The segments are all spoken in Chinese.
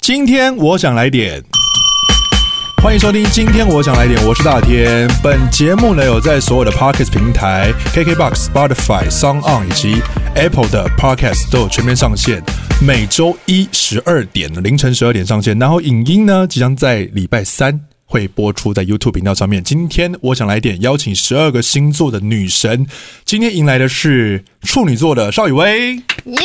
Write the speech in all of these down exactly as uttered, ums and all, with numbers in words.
今天我想来点，欢迎收听今天我想来点，我是大天。本节目呢有在所有的 Podcast 平台 K K B O X Spotify、SoundOn 以及 Apple 的 Podcast 都有全面上线，每周一十二点凌晨十二点上线，然后影音呢即将在礼拜三会播出在 YouTube 频道上面。今天我想来点邀请十二个星座的女神，今天迎来的是处女座的邵雨薇。 耶！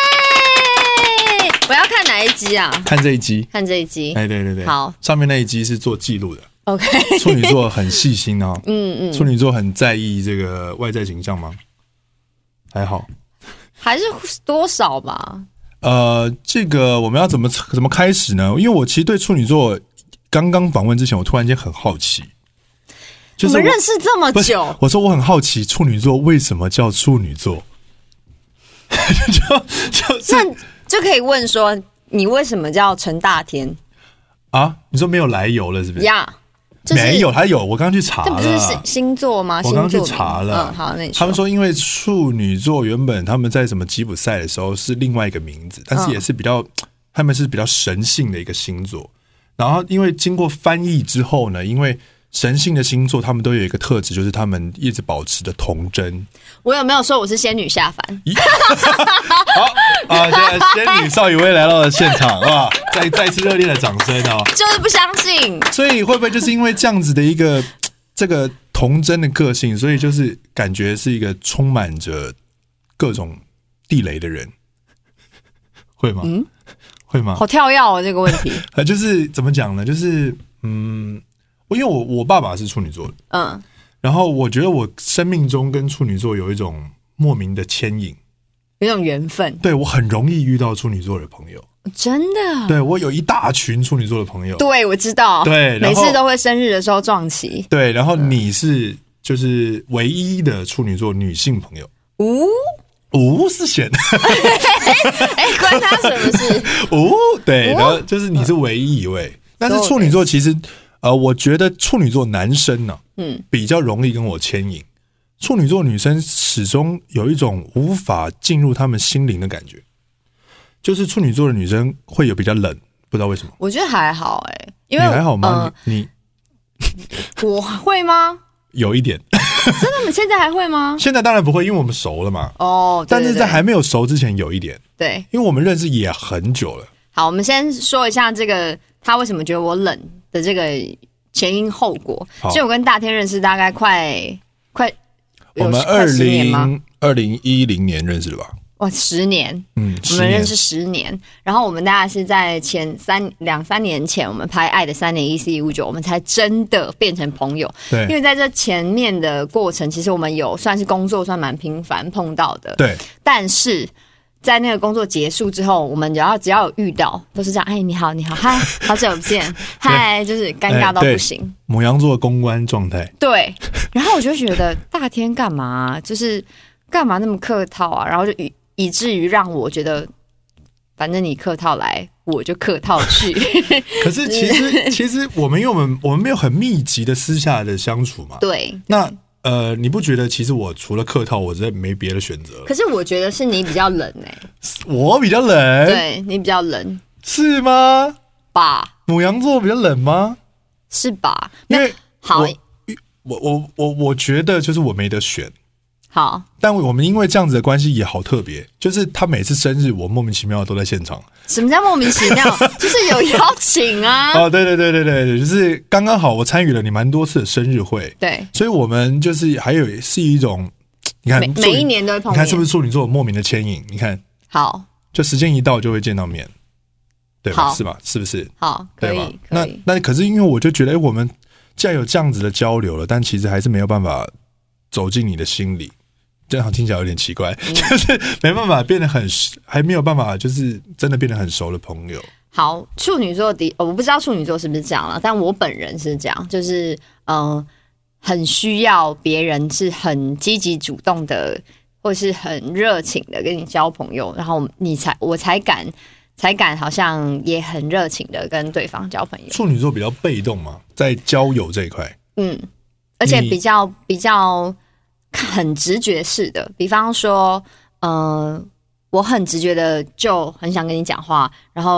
我要看哪一集啊？ 看这一集， 看这一集。 哎，对对对， 好， 上面那一集是做记录的。 OK， 处女座很细心哦。 嗯嗯， 处女座很在意这个外在形象吗？还好， 还是多少吧。 呃，这个我们要怎么怎么开始呢？因为我其实对处女座刚刚访问之前，我突然间很好奇，就是我们认识这么久， 我说我很好奇处女座为什么叫处女座，就就是那就可以问说，你为什么叫陈大天啊？你说没有来由了是不是？ 呀、yeah, 就是， 没有，他有，我刚刚去查了， 这不是星座吗？ 我刚刚去查了， 嗯，好，那你说他们说，因为处女座原本他们在什么吉普赛的时候是另外一个名字，但是也是比较，嗯、他们是比较神性的一个星座。然后，因为经过翻译之后呢，因为神性的星座，他们都有一个特质，就是他们一直保持着童真。 我有没有说我是仙女下凡？ 好啊，现在仙女邵雨薇来到了现场啊，再再次热烈的掌声哦！ 就是不相信， 所以会不会就是因为这样子的一个这个童真的个性，所以就是感觉是一个充满着各种地雷的人，会吗？嗯，会吗？ 好跳跃哦，这个问题。 就是怎么讲呢？就是嗯，因为我我爸爸是处女座的，嗯，然后我觉得我生命中跟处女座有一种莫名的牵引， 有一种缘分。 对，我很容易遇到处女座的朋友， 真的。 对，我有一大群处女座的朋友。 对，我知道。 对， 每次都会生日的时候撞齐。 对，然后你是就是唯一的处女座女性朋友。 哦。 哦，是选， 哎，关他什么事？ 哦，对，然后就是你是唯一一位，但是处女座其实，呃，我觉得处女座男生呢、啊，嗯，比较容易跟我牵引，处女座女生始终有一种无法进入他们心灵的感觉，就是处女座的女生会有比较冷，不知道为什么。 我觉得还好哎、欸，因为你还好吗？呃、你, 你我会吗？ 有一点。 真的吗？现在还会吗？ 现在当然不会，因为我们熟了嘛。 哦， 但是在还没有熟之前有一点。 对， 因为我们认识也很久了。 好，我们先说一下这个他为什么觉得我冷的这个前因后果。所以我跟大天认识大概快快， 我们二零二零一零年认识的吧？ 哇，十年，嗯，我们认识十年，然后我们大概是在前三两三年前，我们拍《爱的三年一四一五九》，我们才真的变成朋友。 对， 因为在这前面的过程，其实我们有算是工作算蛮频繁碰到的。 对， 但是在那个工作结束之后，我们只要只要有遇到，都是这样，哎，你好，你好，嗨，好久不见，嗨，就是尴尬到不行。 牡羊座公关状态。 对，然后我就觉得大天干嘛、啊，就是干嘛那么客套啊，然后就以。以至于让我觉得，反正你客套来，我就客套去。 可是其实其实我们因为我们我们没有很密集的私下的相处嘛。 对。 那呃，你不觉得其实我除了客套，我真的没别的选择？ 可是我觉得是你比较冷哎、 欸。我比较冷。 对，你比较冷。 是吗？ 吧。 牡羊座比较冷吗？ 是吧？ 因为好， 我我我我觉得就是我没得选。 好， 但我们因为这样子的关系也好特别，就是他每次生日，我莫名其妙都在现场。 什么叫莫名其妙？就是有邀请啊！ 哦，对对对对对，就是刚刚好，我参与了你蛮多次的生日会， 对， 所以我们就是还有是一种，你看每每一年都会碰面， 你看是不是处女座莫名的牵引？你看， 好， 就时间一到就会见到面，对吧？是吧？是不是？ 好，可以，可以。 那那可是因为我就觉得，哎，我们既然有这样子的交流了，但其实还是没有办法走进你的心里。这样听起来有点奇怪，嗯、就是没办法变得很，还没有办法，就是真的变得很熟的朋友。 好，处女座的，我不知道处女座是不是这样了，但我本人是这样，就是嗯、呃，很需要别人是很积极主动的，或是很热情的跟你交朋友，然后你才我才敢才敢，好像也很热情的跟对方交朋友。 处女座比较被动嘛，在交友这一块， 嗯，而且比较比较。很直觉式的，比方说，呃，我很直觉的就很想跟你讲话，然后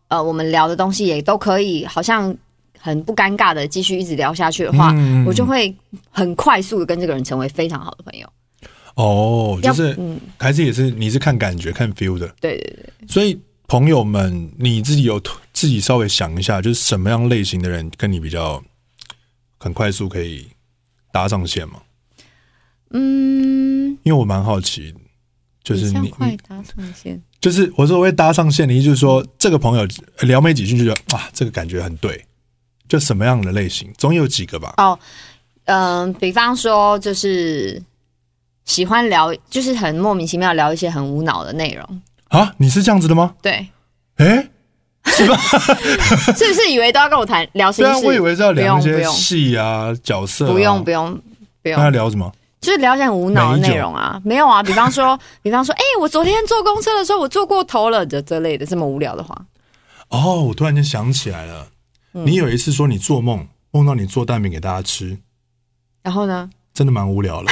呃我们聊的东西也都可以好像很不尴尬的继续一直聊下去的话，嗯、我就会很快速的跟这个人成为非常好的朋友。 哦，就是嗯，还是也是你是看感觉看 feel 的， 对对对。 所以朋友们，你自己有自己稍微想一下，就是什么样类型的人跟你比较很快速可以搭上线吗？嗯，因为我蛮好奇，就是你快搭上线， 就是我说我会搭上线的意思，就是说这个朋友聊没几句就觉得啊，这个感觉很对，就什么样的类型，总有几个吧。 哦，嗯、呃，比方说就是喜欢聊，就是很莫名其妙聊一些很无脑的内容啊，你是这样子的吗？ 对， 哎、欸。是吧？ 是不是以为都要跟我谈聊心事？ 对啊，我以为是要聊一些戏啊、角色、啊。 不用不用不用。 那要聊什么？ 就是聊一些很无脑的内容啊，没有啊。比方说，比方说，哎、欸，我昨天坐公车的时候，我坐过头了的这类的这么无聊的话。 哦，我突然间想起来了，嗯、你有一次说你做梦梦到你做蛋饼给大家吃， 然后呢？ 真的蛮无聊的，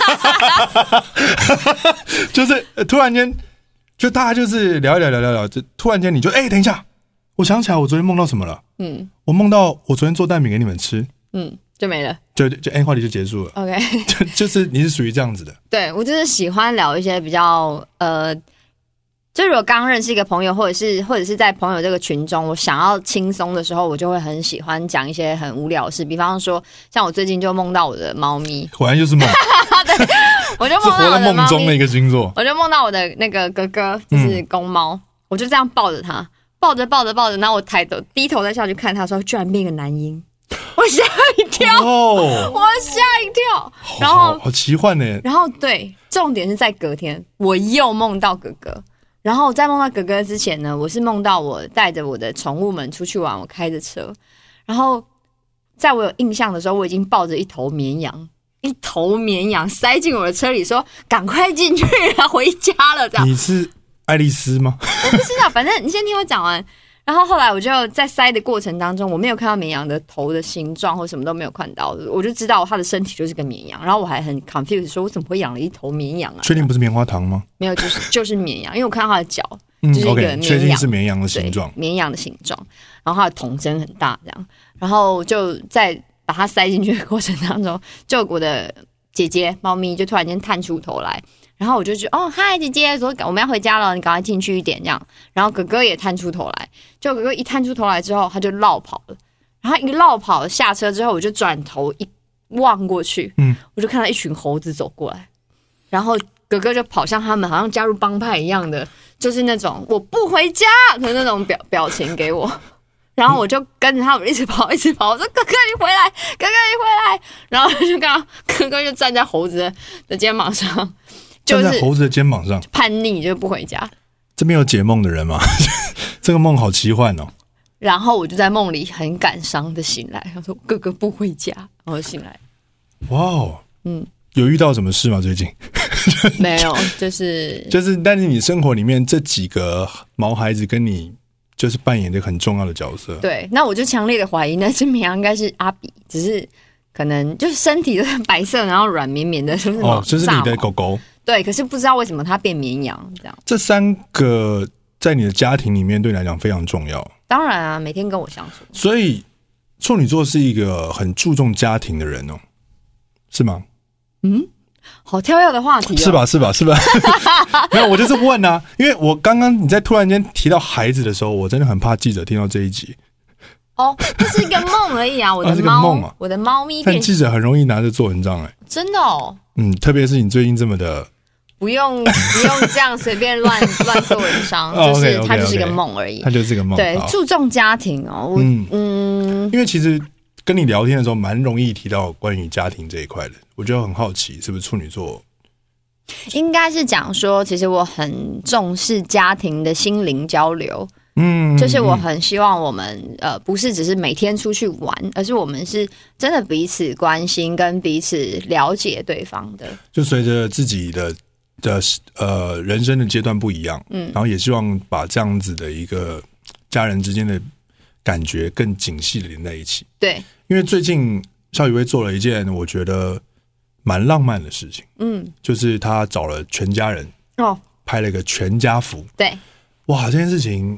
就是突然间，就大家就是聊一聊聊聊聊，就突然間你就哎、欸，等一下。我想起来，我昨天梦到什么了？嗯，我梦到我昨天做蛋饼给你们吃， 嗯，就没了， 就就哎，话题就结束了。 OK， 就就是你是属于这样子的， 对我就是喜欢聊一些比较呃，就如果刚认识一个朋友，或者是或者是在朋友这个群中，我想要轻松的时候，我就会很喜欢讲一些很无聊的事，比方说，像我最近就梦到我的猫咪， 果然就是梦， 对，我就梦到我的猫咪， 是活在梦中的一个星座， 我就梦到我的那个哥哥，就是公猫，嗯、我就这样抱着它。抱着抱着抱着，然后我抬头低头再下去看他的时候，居然变个男婴，我吓一跳，哦、我吓一跳，然后好, 好奇幻呢。 然后对，重点是在隔天我又梦到哥哥，然后在梦到哥哥之前呢，我是梦到我带着我的宠物们出去玩，我开着车，然后在我有印象的时候，我已经抱着一头绵羊，一头绵羊塞进我的车里，说赶快进去了，回家了，这样。 你是爱丽丝吗？ 我不知道，反正你先听我讲完。然后后来我就在塞的过程当中，我没有看到绵羊的头的形状或什么都没有看到，我就知道它的身体就是个绵羊。然后我还很 confused 说，我怎么会养了一头绵羊啊？ 确定不是棉花糖吗？ 没有，就是就是绵羊，因为我看到它的脚，就是一个绵羊， 确定是绵羊的形状， 绵羊的形状。然后它的瞳针很大，这样。然后就在把它塞进去的过程当中，就我的姐姐猫咪就突然间探出头来。然后我就觉得哦，嗨，姐姐，说我们要回家了，你赶快进去一点这样。然后哥哥也探出头来，就哥哥一探出头来之后，他就落跑了。然后一落跑下车之后，我就转头一望过去，嗯，我就看到一群猴子走过来，然后哥哥就跑向他们，好像加入帮派一样的，就是那种我不回家的那种表表情给我。然后我就跟着他们一直跑，一直跑。我说：“哥哥，你回来！哥哥，你回来！”然后就看到哥哥就站在猴子的肩膀上。 站在猴子的肩膀上， 叛逆就不回家。 这边有解梦的人吗？这个梦好奇幻哦。 然后我就在梦里很感伤的醒来，他说：“哥哥不回家。”然后醒来。 哇哦，嗯，有遇到什么事吗？最近没有，就是就是，但是你生活里面这几个毛孩子跟你就是扮演的很重要的角色。 对，那我就强烈的怀疑，那只绵羊应该是阿比，只是可能就是身体的白色，然后软绵绵的，就是哦，就是你的狗狗。 对，可是不知道为什么它变绵羊这样。 这三个在你的家庭里面对你来讲非常重要。 当然啊，每天跟我相处。 所以处女座是一个很注重家庭的人哦，是吗？ 嗯，好跳跃的话题哦。 是吧？是吧？是吧？没有，我就是问啊，因为我刚刚你在突然间提到孩子的时候，我真的很怕记者听到这一集。 哦，这是一个梦而已啊！我的猫，啊、我的猫咪。 但记者很容易拿着做文章哎、欸， 真的哦。 嗯，特别是你最近这么的， 不用不用这样随便乱乱做文章，就是、oh, okay, okay, 它就是一个梦而已， 它就是一个梦。 对，注重家庭哦，我嗯嗯，因为其实跟你聊天的时候，蛮容易提到关于家庭这一块的，我就很好奇，是不是处女座？ 应该是讲说，其实我很重视家庭的心灵交流。 嗯， 就是我很希望我们呃不是只是每天出去玩，而是我们是真的彼此关心跟彼此了解对方的。 就随着自己的的呃人生的阶段不一样，嗯，然后也希望把这样子的一个家人之间的感觉更紧细的连在一起。 对， 因为最近邵雨薇做了一件我觉得蛮浪漫的事情，嗯，就是他找了全家人哦，拍了一个全家福。 对， 哇，这件事情。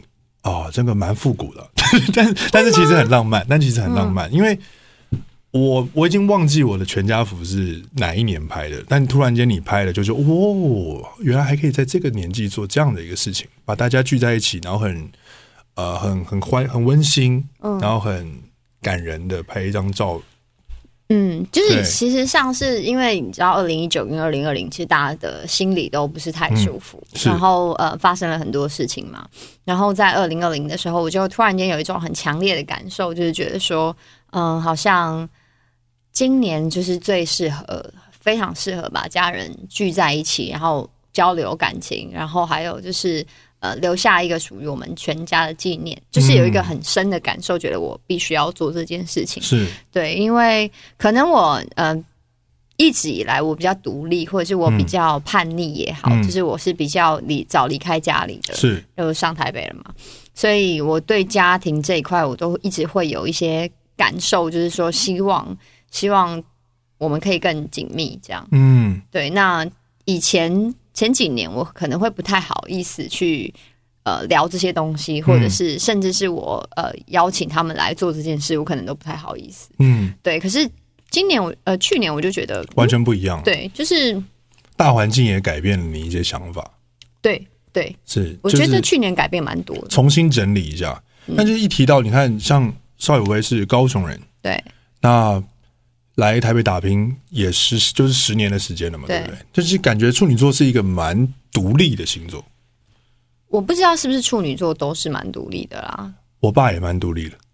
哦，这个蛮复古的，但但是其实很浪漫，但其实很浪漫，嗯、因为我我已经忘记我的全家福是哪一年拍的，但突然间你拍了，就说哦，原来还可以在这个年纪做这样的一个事情，把大家聚在一起，然后很呃很很欢很温馨，嗯、然后很感人的拍一张照。 嗯，就是其实像是因为你知道，二零一九跟二零二零，其实大家的心里都不是太舒服，嗯、然后呃发生了很多事情嘛。然后在二零二零的时候，我就突然间有一种很强烈的感受，就是觉得说，嗯，好像今年就是最适合，非常适合把家人聚在一起，然后交流感情，然后还有就是。呃，留下一个属于我们全家的纪念，就是有一个很深的感受，嗯、觉得我必须要做这件事情。 是对，因为可能我呃一直以来我比较独立，或者是我比较叛逆也好，嗯、就是我是比较离早离开家里的， 是就上台北了嘛，所以我对家庭这一块我都一直会有一些感受，就是说希望希望我们可以更紧密这样。嗯，对，那以前。前几年我可能会不太好意思去呃聊这些东西，或者是甚至是我呃邀请他们来做这件事，我可能都不太好意思。嗯，对。可是今年我呃去年我就觉得完全不一样。 对，就是大环境也改变了你一些想法。 对对， 是。 我觉得去年改变蛮多的， 重新整理一下。嗯、但是一提到你看，像邵雨薇是高雄人， 对， 那。来台北打拼也是就是十年的时间了嘛， 对, 对不对？就是感觉处女座是一个蛮独立的星座。 我不知道是不是处女座都是蛮独立的啦。 我爸也蛮独立的，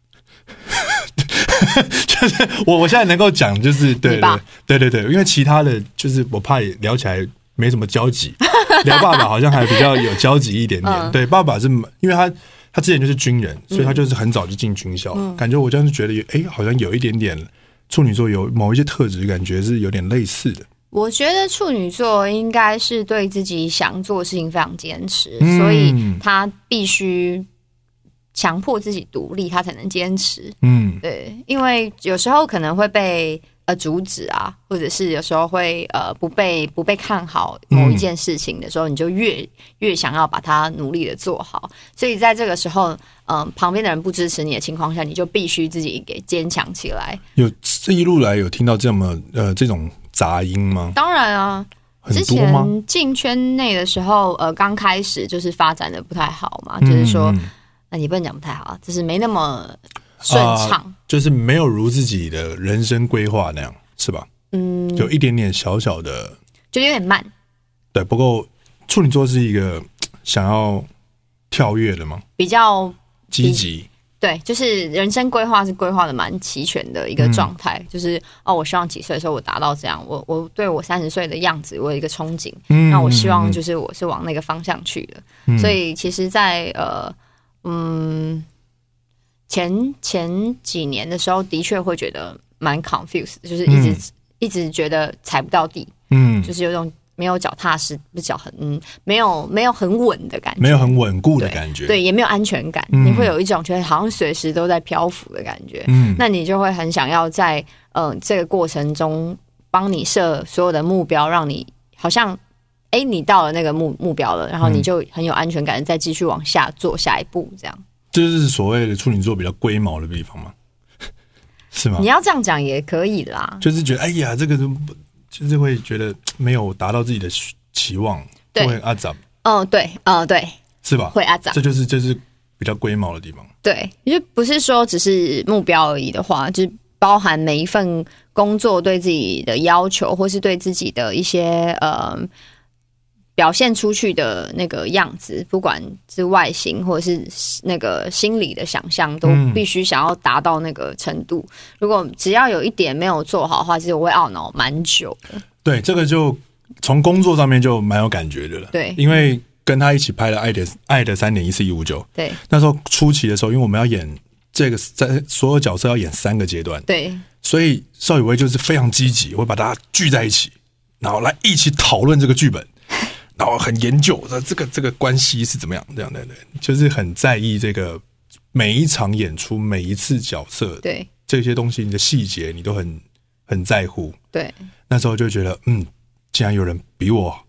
就是我我现在能够讲就是对对对对对，因为其他的就是我怕聊起来没什么交集，聊爸爸好像还比较有交集一点点。嗯、对，爸爸是因为他他之前就是军人，所以他就是很早就进军校，嗯、感觉我这样就觉得哎，好像有一点点。处女座有某一些特质，感觉是有点类似的。 我觉得处女座应该是对自己想做的事情非常坚持，嗯、所以他必须强迫自己独立，他才能坚持。嗯，对，因为有时候可能会被呃阻止啊，或者是有时候会呃不被不被看好某一件事情的时候，嗯、你就越越想要把它努力的做好。所以在这个时候。嗯，旁边的人不支持你的情况下，你就必须自己给坚强起来。 有这一路来有听到这么呃这种杂音吗？ 当然啊，之前进圈内的时候，呃，刚开始就是发展的不太好嘛，嗯、就是说，那你不能讲不太好，就是没那么顺畅、呃， 就是没有如自己的人生规划那样，是吧？嗯，有一点点小小的， 就有点慢。 对，不过处女座是一个想要跳跃的吗？ 比较。 积极， 对，就是人生规划是规划的蛮齐全的一个状态，嗯、就是哦，我希望几岁的时候我达到这样，我我对我三十岁的样子我有一个憧憬，嗯、那我希望就是我是往那个方向去的，嗯、所以其实在，呃嗯前前几年的时候，的确会觉得蛮 confused， 就是一直、嗯、一直觉得踩不到地，嗯，就是有种。没有脚踏实，不是脚很嗯，没有没有很稳的感觉， 没有很稳固的感觉， 对，对也没有安全感，嗯、你会有一种觉得好像随时都在漂浮的感觉，嗯，那你就会很想要在呃这个过程中帮你设所有的目标，让你好像哎你到了那个目目标了，然后你就很有安全感，再继续往下做下一步，这样， 这就是所谓的处女座比较龟毛的地方吗？是吗？ 你要这样讲也可以啦， 就是觉得哎呀这个就。就是会觉得没有达到自己的期望，就会阿杂。 嗯，对，嗯，对， 是吧？ 会阿杂， 这就是就是比较龟毛的地方。 对，就不是说只是目标而已的话，就是包含每一份工作对自己的要求，或是对自己的一些呃表现出去的那个样子，不管是外形或者是那个心理的想象，都必须想要达到那个程度。嗯、如果只要有一点没有做好的话，其实我会懊恼蛮久的。 对，这个就从工作上面就蛮有感觉的了。 对， 因为跟他一起拍了《爱的爱的三点一四一五九》， 对， 那时候初期的时候，因为我们要演这个在所有角色要演三个阶段， 对， 所以邵雨薇就是非常积极，会把大家聚在一起，然后来一起讨论这个剧本。然后很研究这个这个关系是怎么样，这样的对，就是很在意这个每一场演出每一次角色对这些东西，你的细节你都很很在乎。 对， 那时候就觉得嗯，竟然有人比我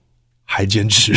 还坚持，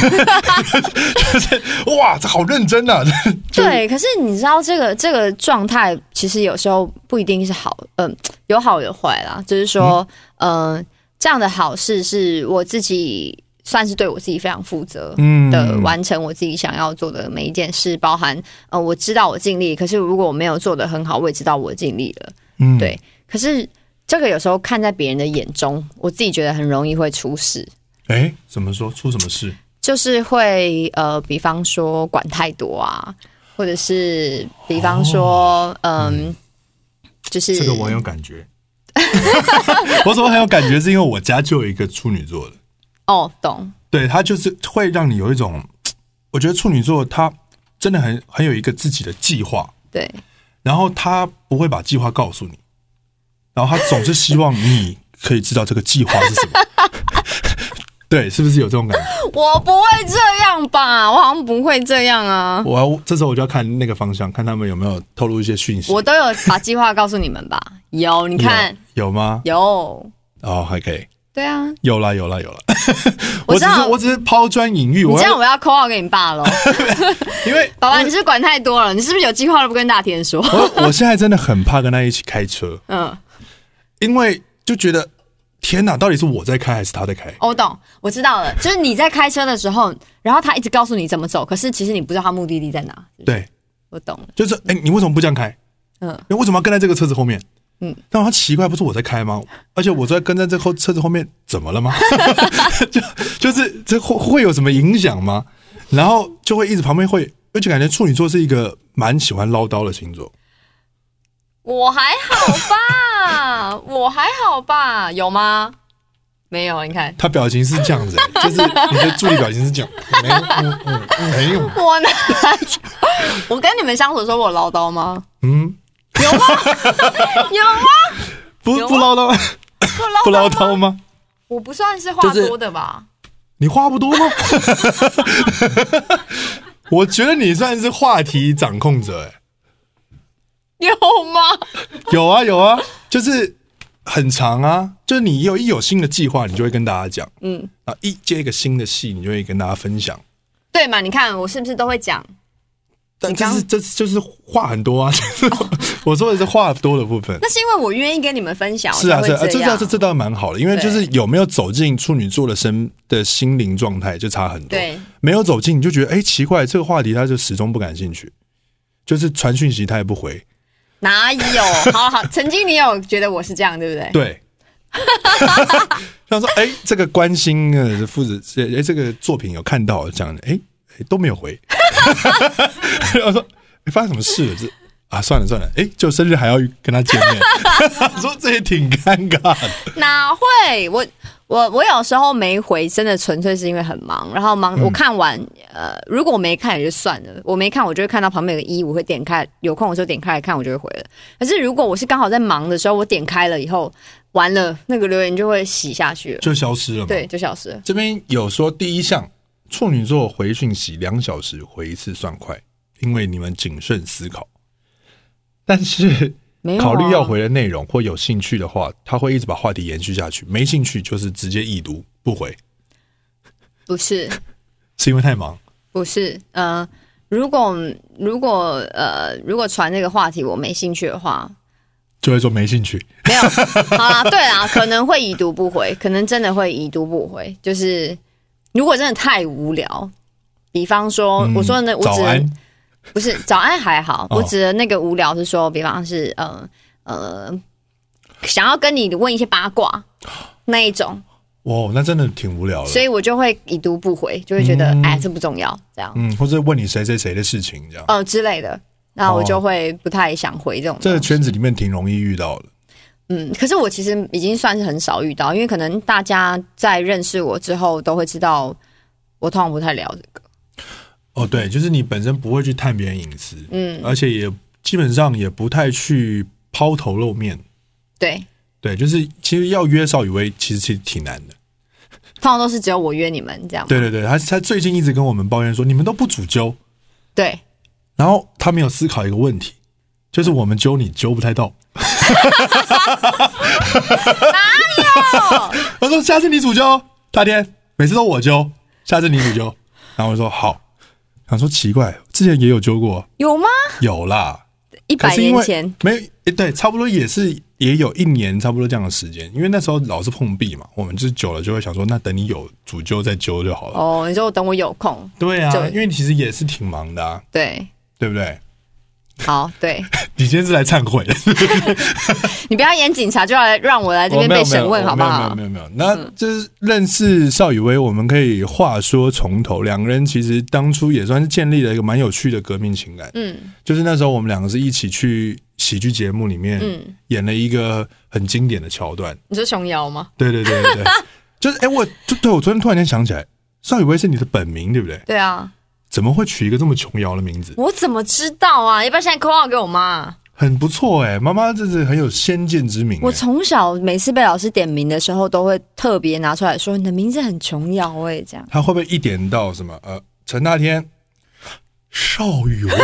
就是哇，这好认真啊！ 对，可是你知道这个这个状态，其实有时候不一定是好，嗯、呃，有好有坏啦。就是说，嗯、呃，这样的好事是我自己算是对我自己非常负责的，完成我自己想要做的每一件事，包含呃，我知道我尽力，可是如果我没有做得很好，我也知道我尽力了，嗯，对。可是这个有时候看在别人的眼中，我自己觉得很容易会出事。 哎，怎么说？出什么事？ 就是会呃，比方说管太多啊，或者是比方说，哦、嗯，就是这个我很有感觉。我怎么很有感觉？是因为我家就有一个处女座的。 哦，懂。 对，他就是会让你有一种，我觉得处女座他真的很很有一个自己的计划。 对。 然后他不会把计划告诉你，然后他总是希望你可以知道这个计划是什么。对，是不是有这种感觉？ 我不会这样吧，我好像不会这样啊。 我这时候我就要看那个方向，看他们有没有透露一些讯息。 我都有把计划告诉你们吧？有，你看有, 有吗？ 有。 哦，还可以。 对啊， 有啦有啦有啦。 我只是我只是抛砖引玉。 你这样我要call out给你爸了。 因为爸爸，你是不是管太多了？你是不是有计划都不跟大天说？ 我我现在真的很怕跟他一起开车。嗯，因为就觉得。天哪，到底是我在开还是他在开？ 我懂，我知道了，就是你在开车的时候，然后他一直告诉你怎么走，可是其实你不知道他目的地在哪。是不是？ 对， 我懂了。 就是，哎、欸，你为什么不这样开？嗯，你为什么要跟在这个车子后面？嗯，但他奇怪，不是我在开吗？而且我在跟在这后车子后面，怎么了吗？就就是这会会有什么影响吗？然后就会一直旁边会，而且感觉处女座是一个蛮喜欢唠叨的星座。 我还好吧，我还好吧，有吗？没有，你看他表情是这样子、欸，就是你的助理表情是这样，没有，嗯嗯，没有。 我哪有？我跟你们相处的时候，我唠叨吗？ 嗯， 有吗？有吗？ 不不唠叨，不唠叨吗？ 我不算是话多的吧？ 就是、你话不多吗？我觉得你算是话题掌控者、欸， 有吗？ 有啊有啊，就是很长啊，就是你有一有新的计划，你就会跟大家讲，嗯，然后一接一个新的戏，你就会跟大家分享， 对嘛？你看我是不是都会讲？ 但这是这就是话很多啊，就是哦、我说的是话多的部分。 那是因为我愿意跟你们分享， 是啊是啊，这倒这这倒蛮好的，因为就是有没有走进处女座的身的心灵状态就差很多。 对， 没有走进你就觉得哎、欸、奇怪，这个话题他就始终不感兴趣，就是传讯息他也不回。 哪有？好好，曾经你有觉得我是这样，对不对？ 对。像说，哎、欸，这个关心呃，父子，哎、欸，这个作品有看到这样的，哎、欸欸，都没有回。然后说，欸、发生什么事了？这啊，算了算了，哎、欸，就生日还要跟他见面，说这也挺尴尬的。 哪会？我我我有时候没回，真的纯粹是因为很忙，然后忙、嗯、我看完，呃，如果我没看也就算了，我没看我就会看到旁边有个一，我会点开，有空我就点开来看，我就会回了。可是如果我是刚好在忙的时候，我点开了以后，完了那个留言就会洗下去了， 就消失了嘛。 对，就消失了。 这边有说第一项，处女座回讯息两小时回一次算快，因为你们谨慎思考。但是考虑要回的内容或有兴趣的话，他会一直把话题延续下去；没兴趣就是直接已读不回。 不是， 是因为太忙？ 不是，呃，如果如果呃如果传这个话题我没兴趣的话， 就会说没兴趣。 没有，好啦，对啦，可能会已读不回，可能真的会已读不回。就是如果真的太无聊，比方说、嗯、我说的，我早安。 不是早安还好，我指的那个无聊是说，比方是呃呃，想要跟你问一些八卦那一种。 哇，那真的挺无聊的。 所以我就会已读不回，就会觉得、嗯、哎，这不重要，这样。 嗯，或者问你谁谁谁的事情这样。 呃之类的，那我就会不太想回这种。 这个圈子里面挺容易遇到的。 嗯，可是我其实已经算是很少遇到，因为可能大家在认识我之后都会知道，我通常不太聊这个。 哦，对，就是你本身不会去探别人隐私，嗯，而且也基本上也不太去抛头露面， 对， 对，就是其实要约邵雨薇，其实其实挺难的， 通常都是只有我约你们这样。 对对对，他他最近一直跟我们抱怨说，你们都不主揪， 对， 然后他没有思考一个问题，就是我们揪你揪不太到， 哪有？ 他说下次你主揪，大天。 每次都我揪，下次你你揪。然后我说好，想说奇怪，之前也有揪过， 有吗？ 有啦， 一百年前没有、欸，对，差不多也是也有一年差不多这样的时间，因为那时候老是碰壁嘛，我们就是久了就会想说，那等你有主揪再揪就好了。 哦，你说等我有空。 对啊，因为其实也是挺忙的啊。 对， 对不对？ 好，对。 你今天是来忏悔的， 你不要演警察，就要来让我来这边被审问，好不好？ 没有没有没有，那就是认识邵雨薇，我们可以话说从头。两个人其实当初也算是建立了一个蛮有趣的革命情感。嗯，就是那时候我们两个是一起去喜剧节目里面演了一个很经典的桥段。 你说琼瑶吗？ 对对对对对，就是哎、欸，我对我昨天突然间想起来，邵雨薇是你的本名，对不对？ 对啊。 怎么会取一个这么琼瑶的名字？ 我怎么知道啊？要不然现在call out给我妈。 很不错哎、欸，妈妈这是很有先见之明、欸。 我从小每次被老师点名的时候，都会特别拿出来说：“你的名字很琼瑶哎。”这样。 他会不会一点到什么呃陈大天、邵雨薇？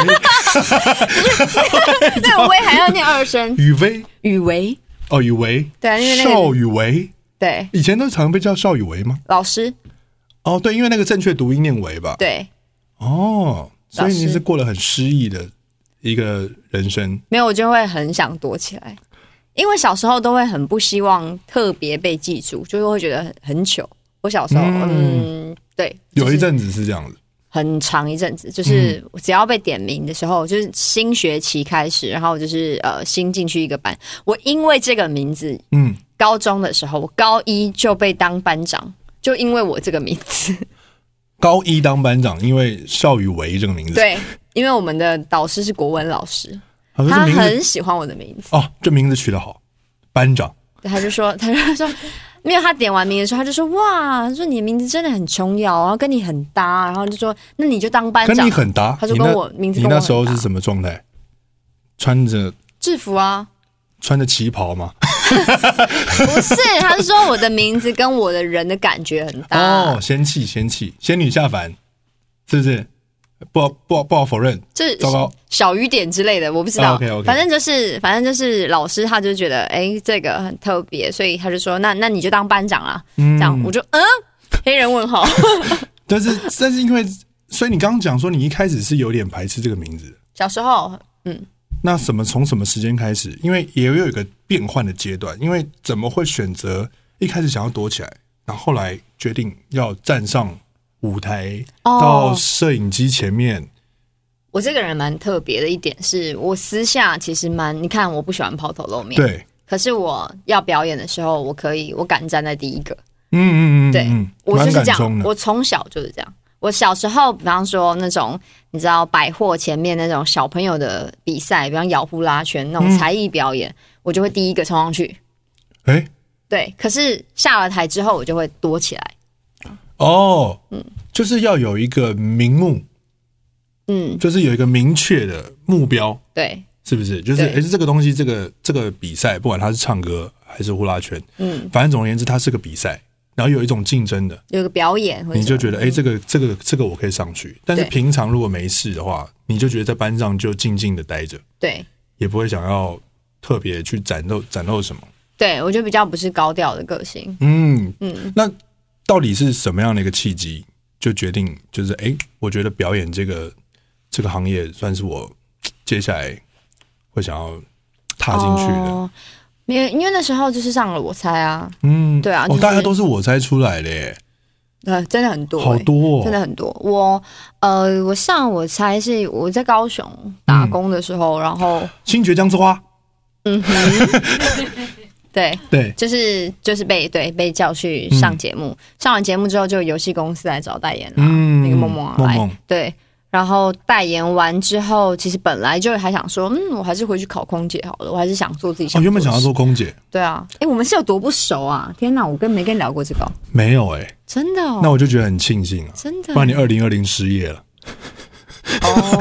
那个薇还要念二声。 雨薇， 雨薇。 哦，雨薇。 对啊，因为那个邵雨薇。 对。 以前都常被叫邵雨薇吗？ 老师。 哦，对，因为那个正确读音念维吧。 对。 哦，所以你是过了很失意的一个人生。 没有，我就会很想躲起来，因为小时候都会很不希望特别被记住，就是会觉得很很糗。我小时候，嗯，嗯对， 有一阵子是这样子， 很长一阵子，就是只要被点名的时候，就是新学期开始，然后就是呃新进去一个班，我因为这个名字，嗯，高中的时候，我高一就被当班长，就因为我这个名字。 高一当班长，因为邵雨薇这个名字。 对，因为我们的导师是国文老师，他很喜欢我的名字。 哦，这名字取得好，班长。 他就说，他就说，没有他点完名的时候，他就说，哇，他说你的名字真的很琼瑶，然后跟你很搭，然后就说，那你就当班长。 跟你很搭， 他就跟我名字跟我很搭。 你那时候是什么状态？穿着制服啊？ 穿着旗袍吗？ 不是，他是说我的名字跟我的人的感觉很搭。 哦，仙气仙气，仙女下凡，是不是？不好不好不好否认， 就是糟糕小雨点之类的，我不知道。 哦、okay, okay. 反正就是反正就是老师他就觉得哎、欸、这个很特别，所以他就说那那你就当班长啊。嗯、这样我就嗯黑人问号。 但是但是因为所以你刚刚讲说你一开始是有点排斥这个名字， 小时候嗯。 那什么？从什么时间开始？因为也有一个变换的阶段。因为怎么会选择一开始想要躲起来，然后后来决定要站上舞台，哦、到摄影机前面？ 我这个人蛮特别的一点是，我私下其实蛮……你看，我不喜欢抛头露面， 对。 可是我要表演的时候，我可以，我敢站在第一个。 嗯嗯嗯， 对，我就是这样。我从小就是这样。我小时候，比方说那种你知道百货前面那种小朋友的比赛，比方摇呼啦圈那种才艺表演，嗯、我就会第一个冲上去。 哎、欸， 对，可是下了台之后，我就会躲起来。 哦，嗯，就是要有一个名目，嗯，就是有一个明确的目标， 对， 是不是？就是哎、欸，这个东西，这个这个比赛，不管它是唱歌还是呼啦圈，嗯，反正总而言之，它是个比赛。然后有一种竞争的， 有个表演， 你就觉得哎、欸，这个这个这个我可以上去。但是平常如果没事的话，你就觉得在班上就静静的待着， 对， 也不会想要特别去展露展露什么。 对，我觉得比较不是高调的个性。 嗯嗯，那到底是什么样的一个契机，就决定就是哎、欸，我觉得表演这个这个行业算是我接下来会想要踏进去的。哦， 因为因为那时候就是上了我猜啊， 嗯， 对啊， 就是、哦，大家都是我猜出来的耶， 呃，真的很多、欸， 好多、哦， 真的很多。我呃，我上我猜是我在高雄打工的时候，嗯、然后新爵江之花， 嗯哼，对对， 就是就是被对被叫去上节目，嗯、上完节目之后就游戏公司来找代言了，嗯，那个梦梦来，梦梦对。然后代言完之后，其实本来就还想说，嗯，我还是回去考空姐好了，我还是想做自己想做的事。 哦，原本想要做空姐。 对啊，哎，我们是有多不熟啊！天哪，我跟没跟你聊过这个？ 没有哎、欸， 真的哦。 那我就觉得很庆幸啊， 真的。 不然你二零二零失业了。 哦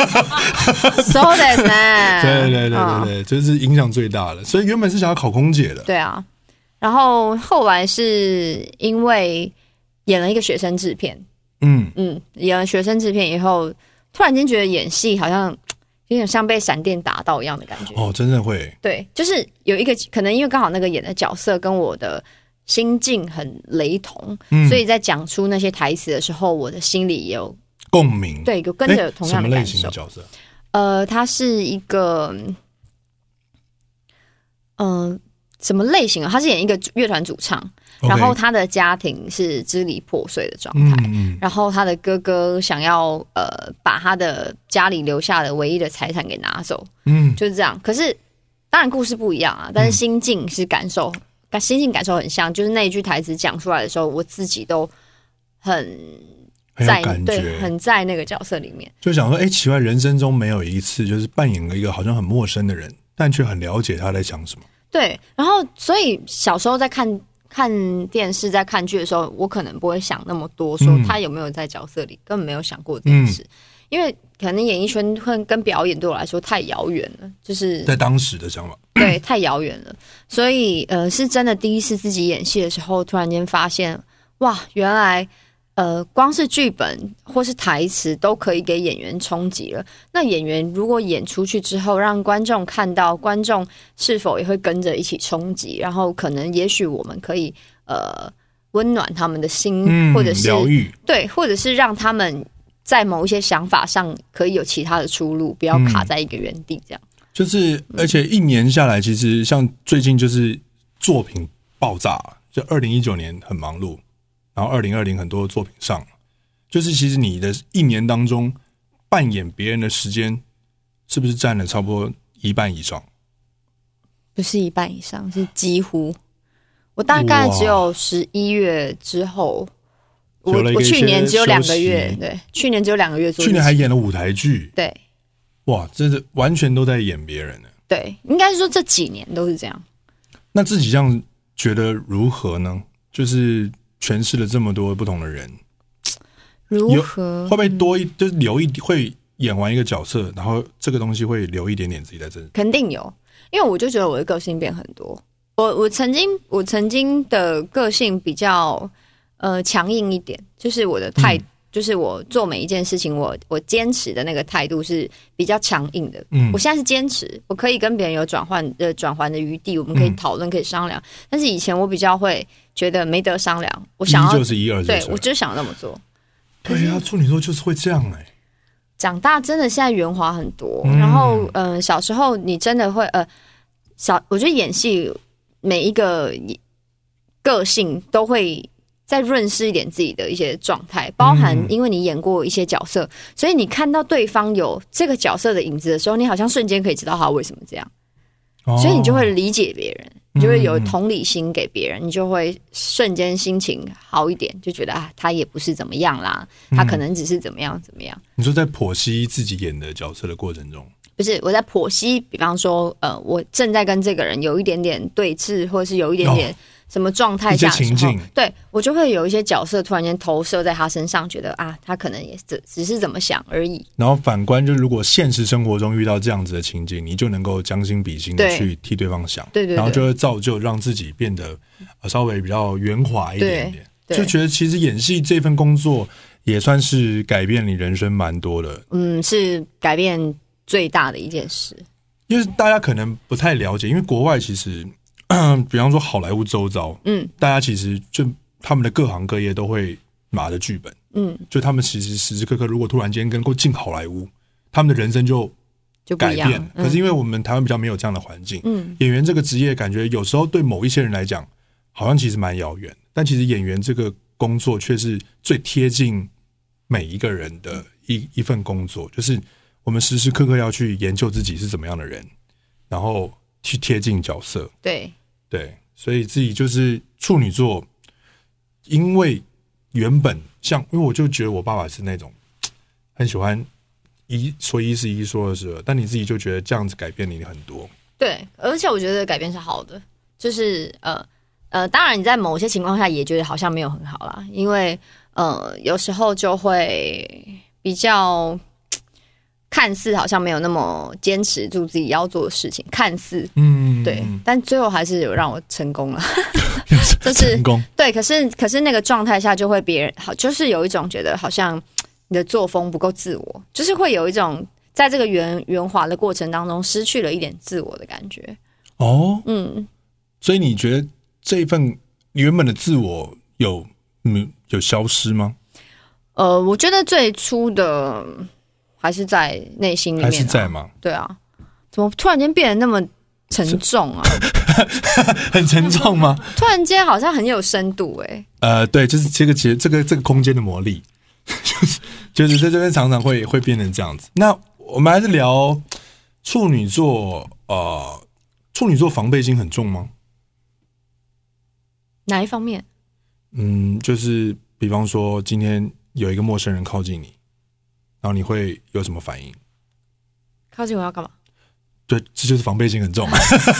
，so that 呢？ 对对对对对，这、哦、是影响最大的。所以原本是想要考空姐的。 对啊，然后后来是因为演了一个学生制片。嗯嗯，演了学生制片以后，突然间觉得演戏好像有点像被闪电打到一样的感觉。 哦，真的会。 对，就是有一个可能因为刚好那个演的角色跟我的心境很雷同， 嗯、 所以在讲出那些台词的时候，我的心里也有共鸣， 对，有跟着有同样的感受。 什么类型的角色？ 呃，他是一个，嗯、呃，什么类型啊？他是演一个乐团主唱， okay. 然后他的家庭是支离破碎的状态，嗯嗯，然后他的哥哥想要呃把他的家里留下的唯一的财产给拿走，嗯，就是这样。可是当然故事不一样啊，但是心境是感受，嗯、心境感受很像。就是那一句台词讲出来的时候，我自己都很。在对，很在那个角色里面， 就想说，哎、欸，奇怪，人生中没有一次就是扮演了一个好像很陌生的人，但却很了解他在想什么。 对，然后所以小时候在看看电视、在看剧的时候，我可能不会想那么多，说他有没有在角色里，嗯、根本没有想过这件事，嗯、因为可能演艺圈跟表演对我来说太遥远了，就是在当时的想法， 对，太遥远了。所以呃，是真的第一次自己演戏的时候，突然间发现，哇，原来。呃，光是剧本或是台词都可以给演员冲击了。那演员如果演出去之后，让观众看到，观众是否也会跟着一起冲击？然后可能也许我们可以呃温暖他们的心，嗯、或者是疗愈， 对，或者是让他们在某一些想法上可以有其他的出路，不要卡在一个原地。这样、嗯、 就是，而且一年下来，其实像最近就是作品爆炸，就二零一九年很忙碌。然后二零二零很多作品上，就是其实你的一年当中扮演别人的时间，是不是占了差不多一半以上？ 不是一半以上，是几乎。我大概只有十一月之后，我我去年只有两个月，对，去年只有两个月做。 去年还演了舞台剧， 对， 哇，这是完全都在演别人的。 对，应该是说这几年都是这样。 那自己这样觉得如何呢？就是诠释了这么多不同的人， 如何会不会多一就是留一会演完一个角色，然后这个东西会留一点点自己在这里？ 肯定有，因为我就觉得我的个性变很多。我我曾经我曾经的个性比较呃强硬一点，就是我的态、嗯，就是我做每一件事情，我我坚持的那个态度是比较强硬的。嗯，我现在是坚持，我可以跟别人有转换呃转换的余地，我们可以讨论，可以商量。但是以前我比较会觉得没得商量，我想要一就是一，二就是二， 对我就想那么做。 对呀、啊，处女座就是会这样哎、欸。 长大真的现在圆滑很多，嗯、然后呃小时候你真的会呃小，我觉得演戏每一个个性都会再润饰一点自己的一些状态，包含因为你演过一些角色、嗯，所以你看到对方有这个角色的影子的时候，你好像瞬间可以知道他为什么这样，哦、所以你就会理解别人。你就会有同理心给别人，你就会瞬间心情好一点，就觉得啊，他也不是怎么样啦，他可能只是怎么样怎么样。 你说在剖析自己演的角色的过程中， 不是我在剖析，比方说，呃，我正在跟这个人有一点点对峙，或者是有一点点什么状态下的时候，对我就会有一些角色突然间投射在他身上，觉得啊，他可能也只只是怎么想而已。 然后反观，就如果现实生活中遇到这样子的情境，你就能够将心比心的去替对方想， 对 对, 对， 然后就会造就让自己变得稍微比较圆滑一点点。就觉得其实演戏这份工作也算是改变你人生蛮多的， 嗯，是改变最大的一件事。 因为大家可能不太了解，因为国外其实，比方说好莱坞周遭，嗯，大家其实就他们的各行各业都会码着剧本，嗯，就他们其实时时刻刻如果突然间能够进好莱坞，他们的人生就改变。嗯、可是因为我们台湾比较没有这样的环境，嗯，演员这个职业感觉有时候对某一些人来讲，好像其实蛮遥远，但其实演员这个工作却是最贴近每一个人的一一份工作，就是我们时时刻刻要去研究自己是怎么样的人，然后去贴近角色。 对对，所以自己就是处女座，因为原本像，因为我就觉得我爸爸是那种很喜欢一说一是一，说二是二，但你自己就觉得这样子改变你很多。 对，而且我觉得改变是好的，就是呃呃，当然你在某些情况下也觉得好像没有很好啦，因为呃有时候就会比较看似好像没有那么坚持住自己要做的事情，看似嗯对，但最后还是有让我成功了，就是成功对，可是可是那个状态下就会别人好，就是有一种觉得好像你的作风不够自我，就是会有一种在这个圆圆滑的过程当中失去了一点自我的感觉。 哦，嗯，所以你觉得这一份你原本的自我有嗯有消失吗？ 呃，我觉得最初的还是在内心里面、啊， 还是在吗？ 对啊，怎么突然间变得那么沉重啊？ 很沉重吗？ 突然间好像很有深度哎、欸。 呃，对，就是这个节这个这个空间的魔力，就是就是在这边常常会会变成这样子。那我们还是聊处女座，呃，处女座防备心很重吗？ 哪一方面？ 嗯，就是比方说今天有一个陌生人靠近你，然后你会有什么反应？ 靠近我要干嘛？ 对，这就是防备心很重。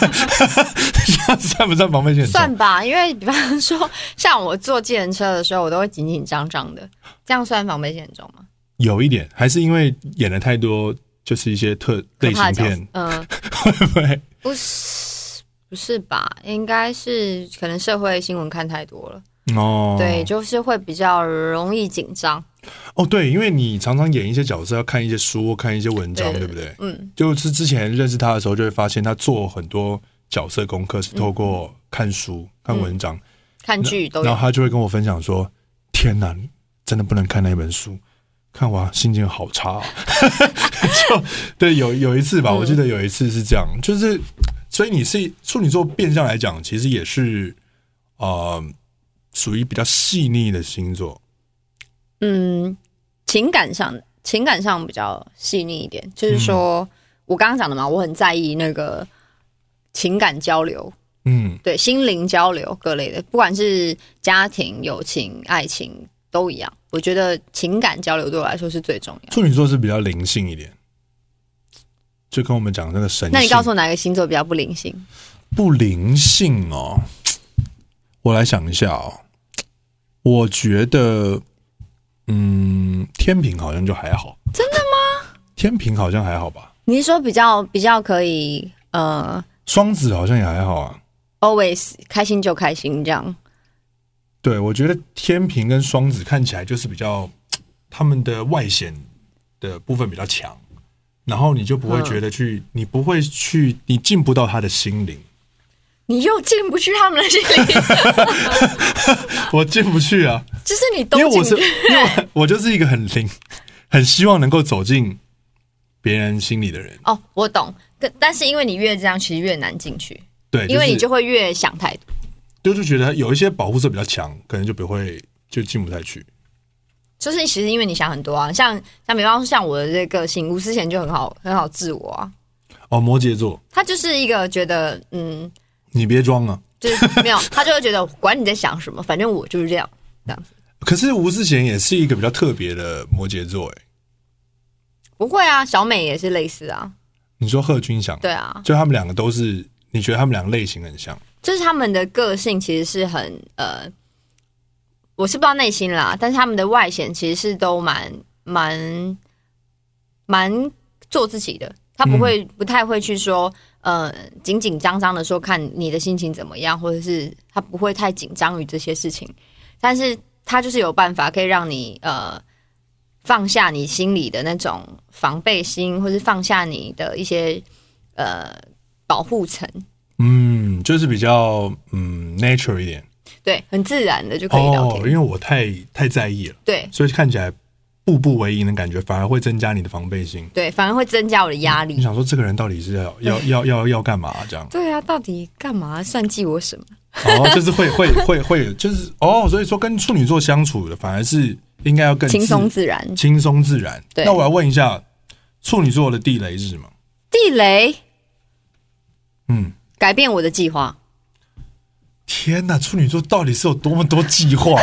算不算防备心很重？ 算吧，因为比方说，像我坐计程车的时候，我都会紧紧张张的，这样算防备心很重吗？ 有一点，还是因为演了太多，就是一些特类型片， 嗯、呃， 会不会？ 不是，不是吧？应该是可能社会新闻看太多了。 哦， 对，就是会比较容易紧张。 哦，对，因为你常常演一些角色，要看一些书，看一些文章， 对, 对不对？嗯，就是之前认识他的时候，就会发现他做很多角色功课是透过看书、嗯、看文章、嗯、 看剧都有。 然后他就会跟我分享说：“天哪，真的不能看那本书，看完心情好差、啊。”就对，有有一次吧，我记得有一次是这样，嗯、就是所以你是处女座，变相来讲，其实也是呃属于比较细腻的星座。 嗯，情感上情感上比较细腻一点，就是说、嗯、我刚刚讲的嘛，我很在意那个情感交流，嗯，对，心灵交流各类的，不管是家庭、友情、爱情都一样。我觉得情感交流对我来说是最重要的。 处女座是比较灵性一点，就跟我们讲那个神性。 那你告诉我哪个星座比较不灵性？ 不灵性哦，我来想一下哦，我觉得。嗯，天秤好像就还好。 真的吗？ 天秤好像还好吧。 你是说比较比较可以呃？ 双子好像也还好啊。 Always 开心就开心这样。 对，我觉得天秤跟双子看起来就是比较，他们的外显的部分比较强，然后你就不会觉得去，嗯、你不会去，你进不到他的心灵。 你又进不去他们的心里， 我进不去啊！ 就是你都进不去， 因为我是，因为我就是一个很灵、很希望能够走进别人心里的人。 哦，我懂，但是因为你越这样，其实越难进去。 对，就是、 因为你就会越想太多， 就是觉得有一些保护色比较强，可能就不会就进不太去。 就是其实因为你想很多啊，像像比方说像我的这个个性，吴思贤就很好很好自我啊。 哦，摩羯座， 他就是一个觉得嗯。 你别装啊！ 就是没有，他就会觉得管你在想什么，反正我就是这样这样子。 可是吴思贤也是一个比较特别的摩羯座，哎， 不会啊，小美也是类似啊。 你说贺军翔？ 对啊， 就他们两个都是，你觉得他们两个类型很像？ 就是他们的个性其实是很呃，我是不知道内心啦，但是他们的外显其实是都蛮蛮蛮做自己的，他不会、嗯、不太会去说。呃，紧紧张张的说看你的心情怎么样，或者是他不会太紧张于这些事情，但是他就是有办法可以让你呃放下你心里的那种防备心，或是放下你的一些呃保护层。嗯， 就是比较嗯 natural 一点， 对，很自然的就可以聊天。 哦，因为我太太在意了， 对， 所以看起来。步步为营的感觉，反而会增加你的防备心。 对，反而会增加我的压力。 你想说这个人到底是要要要要要干嘛、啊、这样？ 对啊，到底干嘛？算计我什么？ 哦，就是会会会会，就是哦，所以说跟处女座相处的反而是应该要更轻松自然， 轻松自然。对，那我要问一下，处女座的地雷是什么？ 地雷？嗯，改变我的计划。 天哪，处女座到底是有多么多计划？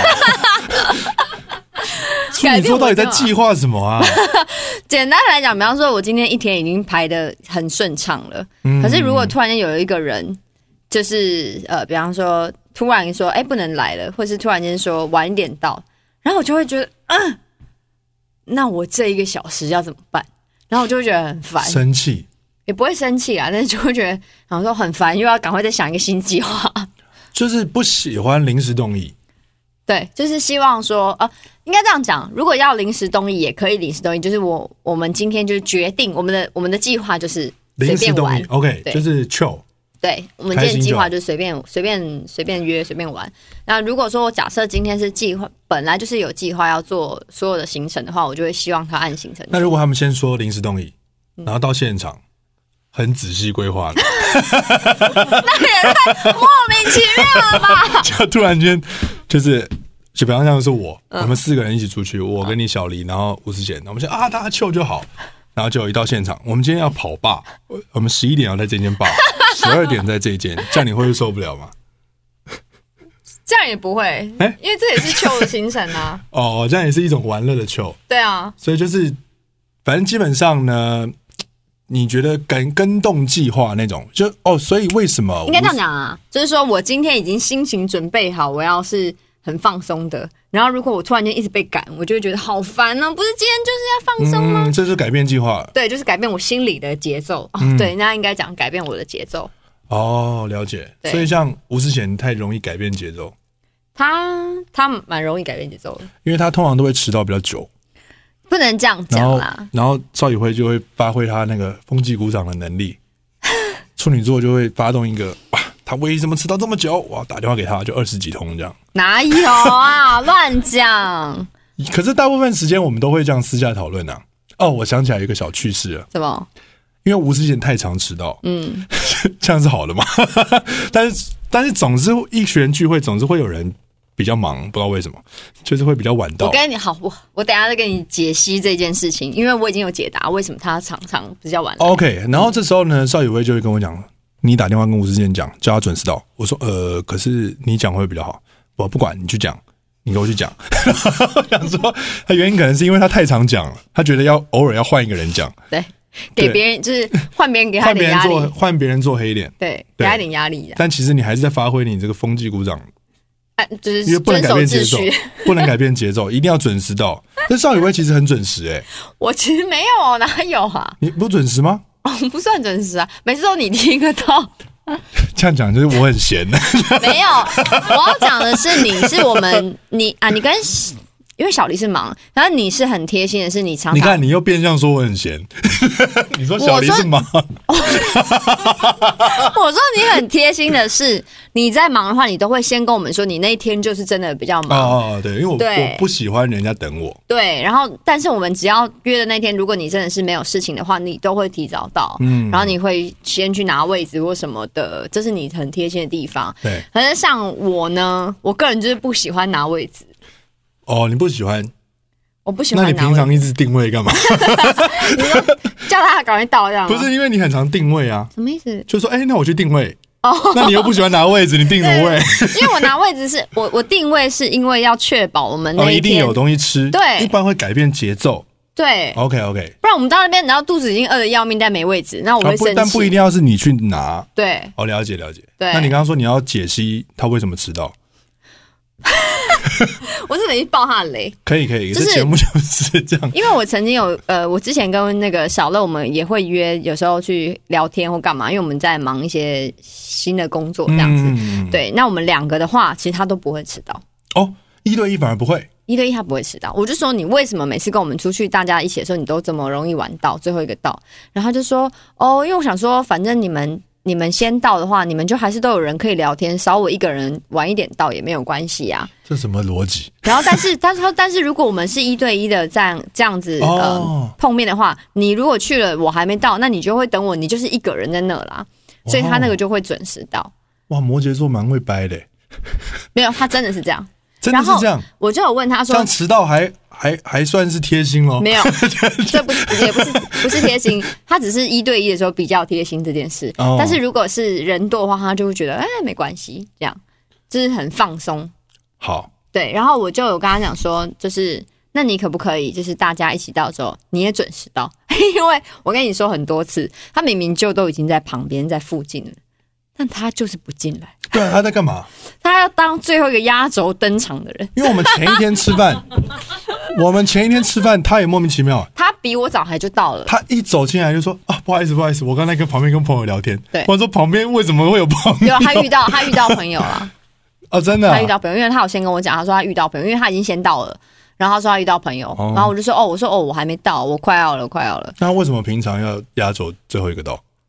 处女座到底在计划什么啊？ 简单来讲，比方说，我今天一天已经排得很顺畅了、嗯，可是如果突然间有一个人，就是呃，比方说突然说，哎、欸，不能来了，或是突然间说晚一点到，然后我就会觉得，嗯，那我这一个小时要怎么办？然后我就会觉得很烦， 生气也不会生气啊，但是就会觉得，然后说很烦，又要赶快再想一个新计划， 就是不喜欢临时动议。 对，就是希望说，呃，应该这样讲，如果要临时动议，也可以临时动议。就是我我们今天就是决定我们的我们的计划就是随便玩临时动议 ，OK， 就是 chill， 对，我们今天计划就随便随便随便约随便玩。那如果说我假设今天是计划，本来就是有计划要做所有的行程的话，我就会希望他按行程。 那如果他们先说临时动议，然后到现场很仔细规划了， 那也太莫名其妙了吧？ 就突然间就是。就比方像是我，嗯、我们四个人一起出去，我跟你小黎，然后吴思贤，我们想啊，大家chill就好，然后就一到现场，我们今天要跑吧，我们十一点要在这间吧，十二点在这间，这样你会不会受不了吗？ 这样也不会，欸、因为这也是chill的行程啊。 哦，这样也是一种玩乐的chill。 对啊， 所以就是反正基本上呢，你觉得跟跟动计划那种，就哦，所以为什么应该这样讲啊？就是说我今天已经心情准备好，我要是。很放松的，然后如果我突然间一直被赶，我就会觉得好烦哦！不是今天就是要放松吗？ 嗯，这是改变计划。 对，就是改变我心里的节奏。嗯哦、对，那应该讲改变我的节奏。 哦，了解。所以像吴思贤太容易改变节奏， 他他蛮容易改变节奏的， 因为他通常都会迟到比较久。 不能这样讲啦。 然后邵宇辉就会发挥他那个风纪股长的能力，处女座就会发动一个哇。他为什么迟到这么久？我要打电话给他，就二十几通这样。 哪有啊，乱讲！ 可是大部分时间我们都会这样私下讨论啊。哦，我想起来有一个小趣事了。 什么？ 因为吴思贤太常迟到， 嗯， 这样是好的嘛？但是但是总是一群人聚会，总是会有人比较忙，不知道为什么，就是会比较晚到。 我跟你好，我我等一下再跟你解析这件事情，因为我已经有解答为什么他常常比较晚。 OK， 然后这时候呢，邵宇威就会跟我讲。你打电话跟吴思贤讲，叫他准时到。我说，呃，可是你讲会比较好。我不管，你去讲，你给我去讲。我想说，他原因可能是因为他太常讲了，他觉得要偶尔要换一个人讲。 对，给别人就是换别人给他一点压力， 换别人做黑脸， 对，给他一点压力。 但其实你还是在发挥你这个风纪股长， 哎，就是因为不能改变节奏，不能改变节奏，一定要准时到。但邵宇威其实很准时哎、欸， 我其实没有，哪有啊？ 你不准时吗？ 哦，不算准时啊，每次都你听得到。 这样讲就是我很闲的。 没有，我要讲的是你是我们你啊，你跟因为小黎是忙，然后你是很贴心的是你常常你看你又变相说我很闲，你说小黎是忙， 我说你很贴心的是你在忙的话，你都会先跟我们说你那一天就是真的比较忙哦，对，因为 我, 我不喜欢人家等我。 对，然后但是我们只要约的那天，如果你真的是没有事情的话，你都会提早到，嗯，然后你会先去拿位置或什么的，这是你很贴心的地方。 对， 可是像我呢，我个人就是不喜欢拿位置。 哦，你不喜欢？ 我不喜欢。 那你平常一直定位干嘛？ 你说叫他赶快到这样？ 不是，因为你很常定位啊。 什么意思？ 就说，哎、欸，那我去定位。哦，那你又不喜欢拿位置，你定什么位？ 因为我拿位置是我我定位是因为要确保我们那一天、 哦、一定有东西吃。 对， 一般会改变节奏。 对 ，OK OK。 不然我们到那边，然后肚子已经饿得要命，但没位置，那我会生气、啊。 但不一定要是你去拿。 对， 哦，了解了解。 对， 那你刚刚说你要解析他为什么迟到？ 我是等于爆他的雷， 可以可以，这节目就是这样。 因为我曾经有呃，我之前跟那个小乐，我们也会约，有时候去聊天或干嘛，因为我们在忙一些新的工作这样子。嗯、对，那我们两个的话，其实他都不会迟到。 哦，一对一反而不会， 一对一他不会迟到。我就说你为什么每次跟我们出去大家一起的时候，你都这么容易晚到，最后一个到？然后他就说哦，因为我想说，反正你们。你们先到的话，你们就还是都有人可以聊天，少我一个人晚一点到也没有关系啊。 这什么逻辑？然后，但是他说，但是如果我们是一对一的这样这样子、哦、呃碰面的话，你如果去了我还没到，那你就会等我，你就是一个人在那啦，所以他那个就会准时到。 哇，摩羯座蛮会掰的。 没有，他真的是这样。 真的是这样， 我就有问他说， 这样迟到还还还算是贴心咯？ 没有，这不也不是不是贴心，他只是一对一的时候比较贴心这件事。哦、但是如果是人多的话，他就会觉得哎没关系，这样就是很放松。 好， 对，然后我就有跟他讲说，就是那你可不可以就是大家一起到之后你也准时到，因为我跟你说很多次，他明明就都已经在旁边在附近了。但他就是不进来。 对啊，他在干嘛？ 他要当最后一个压轴登场的人。 因为我们前一天吃饭，我们前一天吃饭，他也莫名其妙。 他比我早还就到了。 他一走进来就说啊，不好意思，不好意思，我刚才跟旁边跟朋友聊天。 对， 我说旁边为什么会有朋友？ 有，他遇到他遇到朋友了。 哦，真的、啊？ 他遇到朋友，因为他有先跟我讲，他说他遇到朋友，因为他已经先到了。然后他说他遇到朋友，哦、然后我就说哦，我说哦，我还没到，我快要了，快要了。 那为什么平常要压轴最后一个到？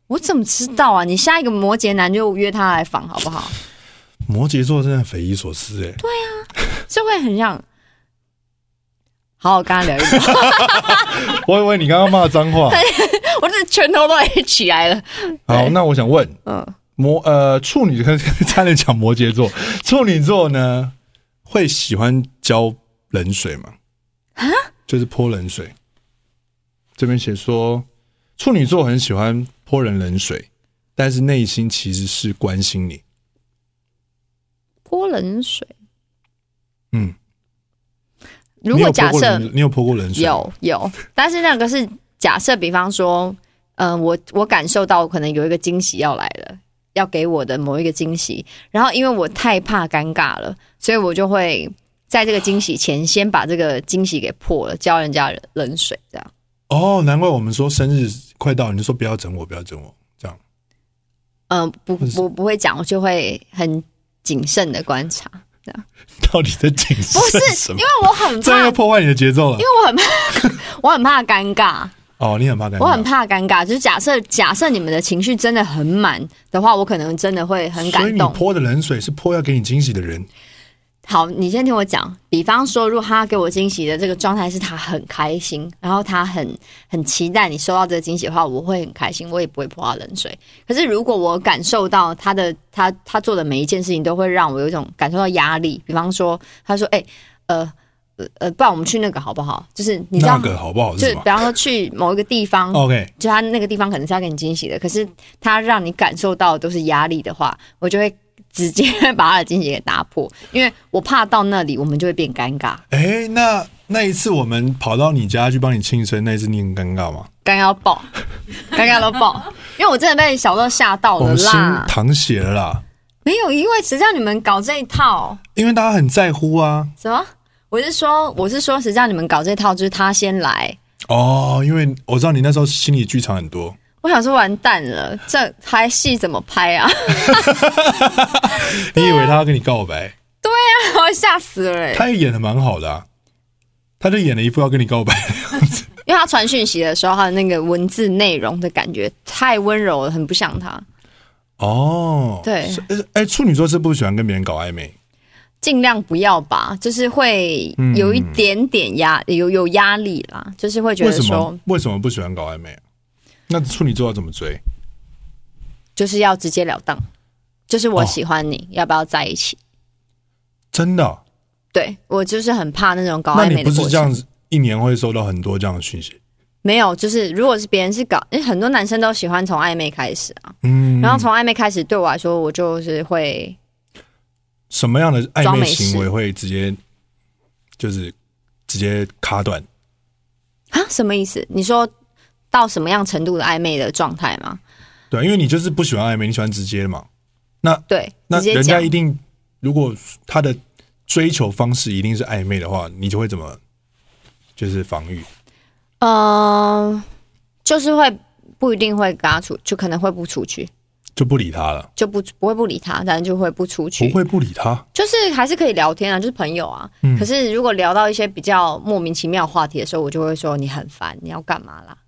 我怎么知道啊？你下一个摩羯男就约他来访好不好？ 摩羯座真的匪夷所思哎、欸。 对啊，就会很像。好好跟他聊一聊。 我以为你刚刚骂脏话， 我这拳头都也起来了。 好，那我想问，嗯，摩呃处女跟差点讲摩羯座，处女座呢会喜欢浇冷水吗？啊，就是泼冷水。这边写说，处女座很喜欢泼人冷水，但是内心其实是关心你。 泼冷水， 嗯， 如果假设你有泼过冷水， 有有，但是那个是假设，比方说，嗯、呃，我我感受到可能有一个惊喜要来了，要给我的某一个惊喜，然后因为我太怕尴尬了，所以我就会在这个惊喜前先把这个惊喜给破了，浇人家冷水，这样。 哦，难怪我们说生日快到，你就说不要整我，不要整我，这样。 嗯、呃，不不不会讲，我就会很谨慎的观察，这样。 到底在谨慎什么？ 不是，因为我很怕， 这样又破坏你的节奏了。 因为我很怕，我很怕尴尬。 哦，你很怕尴尬， 我很怕尴尬。就是假设假设你们的情绪真的很满的话，我可能真的会很感动。 所以你泼的冷水是泼要给你惊喜的人。 好，你先听我讲。比方说，如果他给我惊喜的这个状态是他很开心，然后他很很期待你收到这个惊喜的话，我会很开心，我也不会泼他冷水。可是如果我感受到他的他他做的每一件事情都会让我有一种感受到压力，比方说，他说：“哎、欸，呃呃，不然我们去那个好不好？就是你知道那个好不好？ 就比方说去某一个地方 ，OK， 就他那个地方可能是要给你惊喜的，可是他让你感受到的都是压力的话，我就会。”直接把他的惊喜给打破，因为我怕到那里我们就会变尴尬。 哎、欸，那那一次我们跑到你家去帮你庆生，那一次你很尴尬吗？ 尴尬到爆，尴尬到爆，因为我真的被小豆吓到了啦， 心淌血了啦。 没有，因为谁叫你们搞这一套？ 因为大家很在乎啊。 什么？我是说，我是说，谁叫你们搞这套？就是他先来。 哦，因为我知道你那时候心理剧场很多。 我想说完蛋了，这拍戏怎么拍啊？ 你以为他要跟你告白？ 对啊，我吓死了、欸。 他也演得蛮好的啊，他就演了一副要跟你告白的样子。 因为他传讯息的时候，他的那个文字内容的感觉太温柔了，很不像他。 哦， 对， 哎、欸，处女座是不喜欢跟别人搞暧昧， 尽量不要吧，就是会有一点点压，嗯、有有压力啦，就是会觉得说， 为什么为什么不喜欢搞暧昧啊？那处女座要怎么追？ 就是要直截了当，就是我喜欢你，哦、要不要在一起？ 真的、哦？ 对，我就是很怕那种搞暧昧的过程。 那你不是这样子，一年会收到很多这样的讯息？ 没有，就是如果是别人是搞，因为很多男生都喜欢从暧昧开始啊， 嗯， 然后从暧昧开始，对我来说，我就是会什么样的暧昧行为会直接就是直接卡断？ 啊？什么意思？你说？到什么样程度的暧昧的状态吗？ 对，因为你就是不喜欢暧昧，你喜欢直接嘛。那对， 那人家一定，如果他的追求方式一定是暧昧的话，你就会怎么就是防御？ 嗯、呃，就是会不一定会跟他出，就可能会不出去， 就不理他了， 就不不会不理他，但就会不出去， 不会不理他， 就是还是可以聊天啊，就是朋友啊。嗯、可是如果聊到一些比较莫名其妙的话题的时候，我就会说你很烦，你要干嘛啦？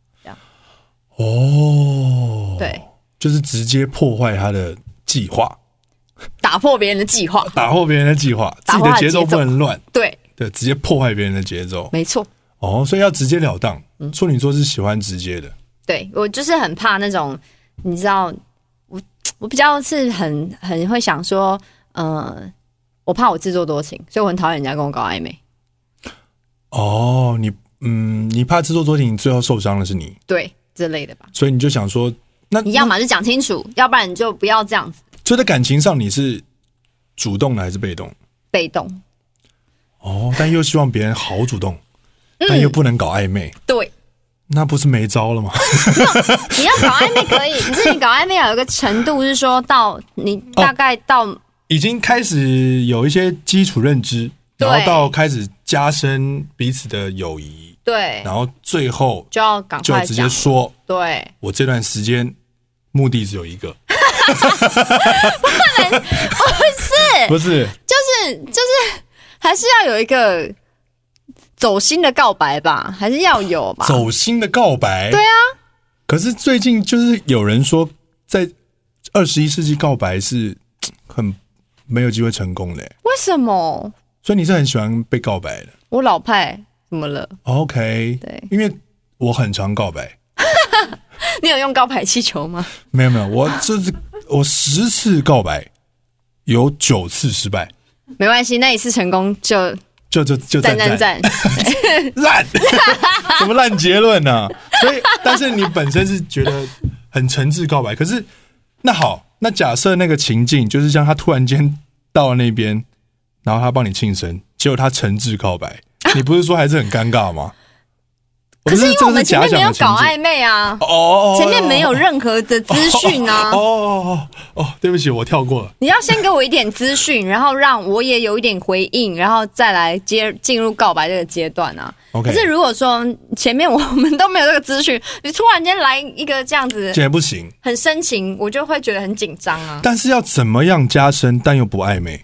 哦， 对， 就是直接破坏他的计划， 打破别人的计划， 打破别人的计划，自己的节奏不能乱， 对对，直接破坏别人的节奏， 没错。 哦，所以要直截了当。嗯，处女座是喜欢直接的， 对我就是很怕那种，你知道，我我比较是很很会想说，呃，我怕我自作多情，所以我很讨厌人家跟我搞暧昧。 哦，你嗯，你怕自作多情，最后受伤的是你， 对。之类的吧， 所以你就想说，那你要嘛就讲清楚，要不然你就不要这样子。 就在感情上，你是主动的还是被动？ 被动。 哦，但又希望别人好主动，嗯、但又不能搞暧昧。 对， 那不是没招了吗？ 你要搞暧昧可以，可是你搞暧昧有一个程度是说到你大概到、哦、 已经开始有一些基础认知，然后到开始加深彼此的友谊。 对， 然后最后就要赶快就直接说， 对， 我这段时间目的只有一个， 不能，不是， 不是， 就是就是还是要有一个走心的告白吧，还是要有吧？ 走心的告白， 对啊， 可是最近就是有人说，在二十一世纪告白是很没有机会成功的。 为什么？ 所以你是很喜欢被告白的？ 我老派，怎么了 ？OK， 对， 因为我很常告白。 你有用告白气球吗？ 没有没有，我这是我十次告白，有九次失败。 没关系，那一次成功就就就就赞赞赞， 烂，什么烂结论呢、啊？所以，但是你本身是觉得很诚挚告白，可是那好，那假设那个情境就是像他突然间到了那边，然后他帮你庆生，结果他诚挚告白，你不是说还是很尴尬吗？ 可是因为我们前面没有搞暧昧啊，哦，前面没有任何的资讯啊， 哦哦哦，对不起，我跳过了。 你要先给我一点资讯，然后让我也有一点回应，然后再来接进入告白这个阶段啊。 OK， 可是如果说前面我们都没有这个资讯，你突然间来一个这样子， 这也不行， 很深情，我就会觉得很紧张啊。 但是要怎么样加深，但又不暧昧？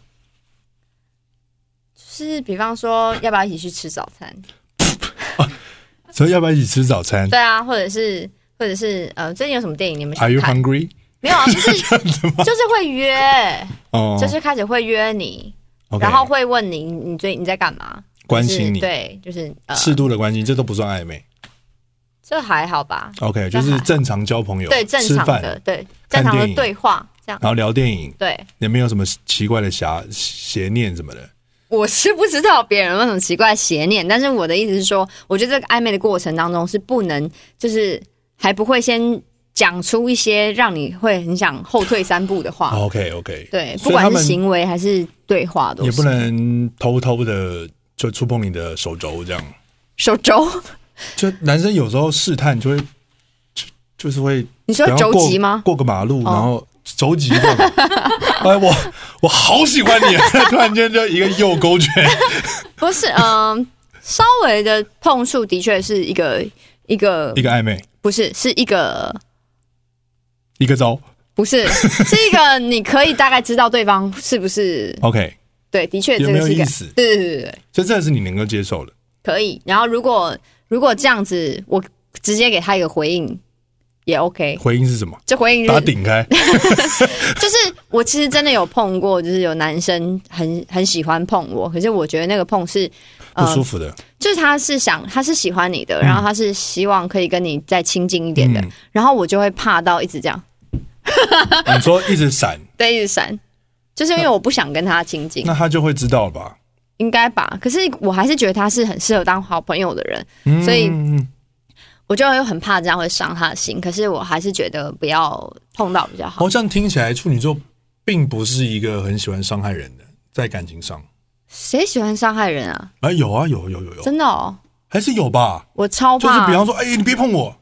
就是比方说，要不要一起去吃早餐？ 所以要不要一起吃早餐？ 对啊，或者是或者是呃，最近有什么电影你们想看 ？Are you hungry？ 没有啊，就是就是会约， 哦， 就是开始会约你， okay， 然后会问你你最你在干嘛， 关心你， 对，就是呃适度的关心，这都不算暧昧。 这还好吧 ？OK， 就是正常交朋友， 对，正常的，对，正常的对话这样， 然后聊电影， 对， 也没有什么奇怪的邪邪念什么的。 我是不知道别人有什么奇怪的邪念，但是我的意思是说，我觉得这个暧昧的过程当中是不能，就是还不会先讲出一些让你会很想后退三步的话。 OK OK， 对，不管是行为还是对话都是， 也不能偷偷的就触碰你的手肘这样。 手肘， 就男生有时候试探就会，就就是会， 你说肘击吗？ 过个马路，哦、然后肘击过，哎我。我好喜欢你，突然间就一个右勾拳。 不是，嗯、呃，稍微的碰触的确是一个一个一个暧昧， 不是，是一个一个招， 不是，是一个你可以大概知道对方是不是 OK。 对，的确这个是一个有没有意思？ 对对对对， 所以这是你能够接受的。 可以。然后如果如果这样子，我直接给他一个回应。也 OK， 回应是什么？ 这回应把它顶开。 就是我其实真的有碰过，就是有男生很很喜欢碰我，可是我觉得那个碰是、 呃、不舒服的， 就是他是想他是喜欢你的，然后他是希望可以跟你再亲近一点的，嗯、然后我就会怕到一直这样。 你说一直闪， 对，一直闪，就是因为我不想跟他亲近。 那他就会知道了吧？ 应该吧？可是我还是觉得他是很适合当好朋友的人，嗯、所以。我就会很怕这样会伤他的心，可是我还是觉得不要碰到比较好。 好像听起来处女座并不是一个很喜欢伤害人的，在感情上。 谁喜欢伤害人啊？ 啊，有啊，有有有有， 真的哦， 还是有吧。 我超怕， 就是比方说，哎、欸，你别碰我，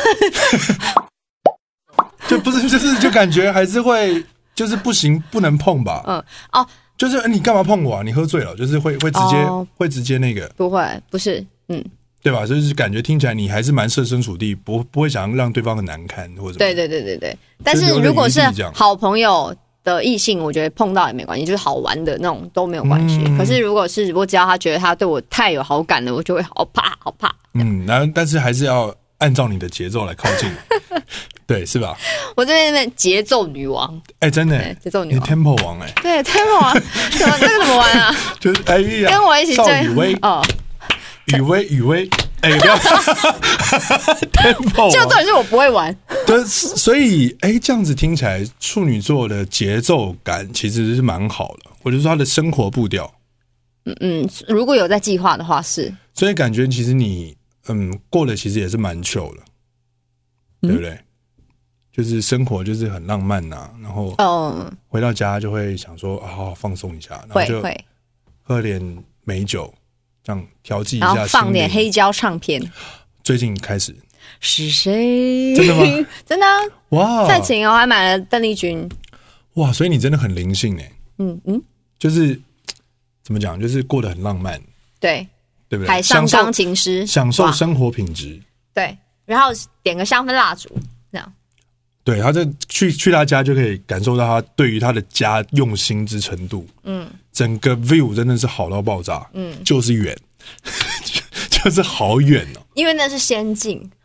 就不是，就是就感觉还是会，就是不行，不能碰吧。嗯，哦，就是、欸、你干嘛碰我啊？你喝醉了，就是会会直接、哦、会直接那个， 不会，不是，嗯。 对吧？就是感觉听起来你还是蛮设身处地，不不会想让对方很难看或者什么。 对对对对对。但是如果是好朋友的异性，我觉得碰到也没关系，就是好玩的那种都没有关系。嗯、可是如果是我只要他觉得他对我太有好感了，我就会好怕好怕。 嗯，然后但是还是要按照你的节奏来靠近，对，是吧？ 我这边节奏女王， 哎、欸，真的、欸， 节奏女王， 你 tempo 王哎、欸， 对 tempo 王，怎么这个怎么玩啊？ 就是哎呀， 跟我一起邵雨薇哦。 雨薇，雨薇，哎、欸，不要 tempo， 就重点是我不会玩。 对，所以哎、欸，这样子听起来，处女座的节奏感其实是蛮好的。我就说他的生活步调， 嗯嗯，如果有在计划的话是。 所以感觉其实你嗯过得其实也是蛮 chill 的，嗯、对不对？就是生活就是很浪漫呐、啊，然后嗯，回到家就会想说啊，好好放松一下，然后就喝点美酒。这样调剂一下， 然后放点黑胶唱片。 最近开始是谁？ 真的吗？ 真的、啊、 哇！ 蔡琴哦，还买了邓丽君。 哇，所以你真的很灵性哎。 嗯嗯， 就是怎么讲，就是过得很浪漫。 对， 对不对？ 海上钢琴师， 享受生活品质。 对，然后点个香氛蜡烛，这样。 对，他这去去他家就可以感受到他对于他的家用心之程度。嗯，整个 view 真的是好到爆炸。嗯，就是远，就是好远哦。 因为那是仙境，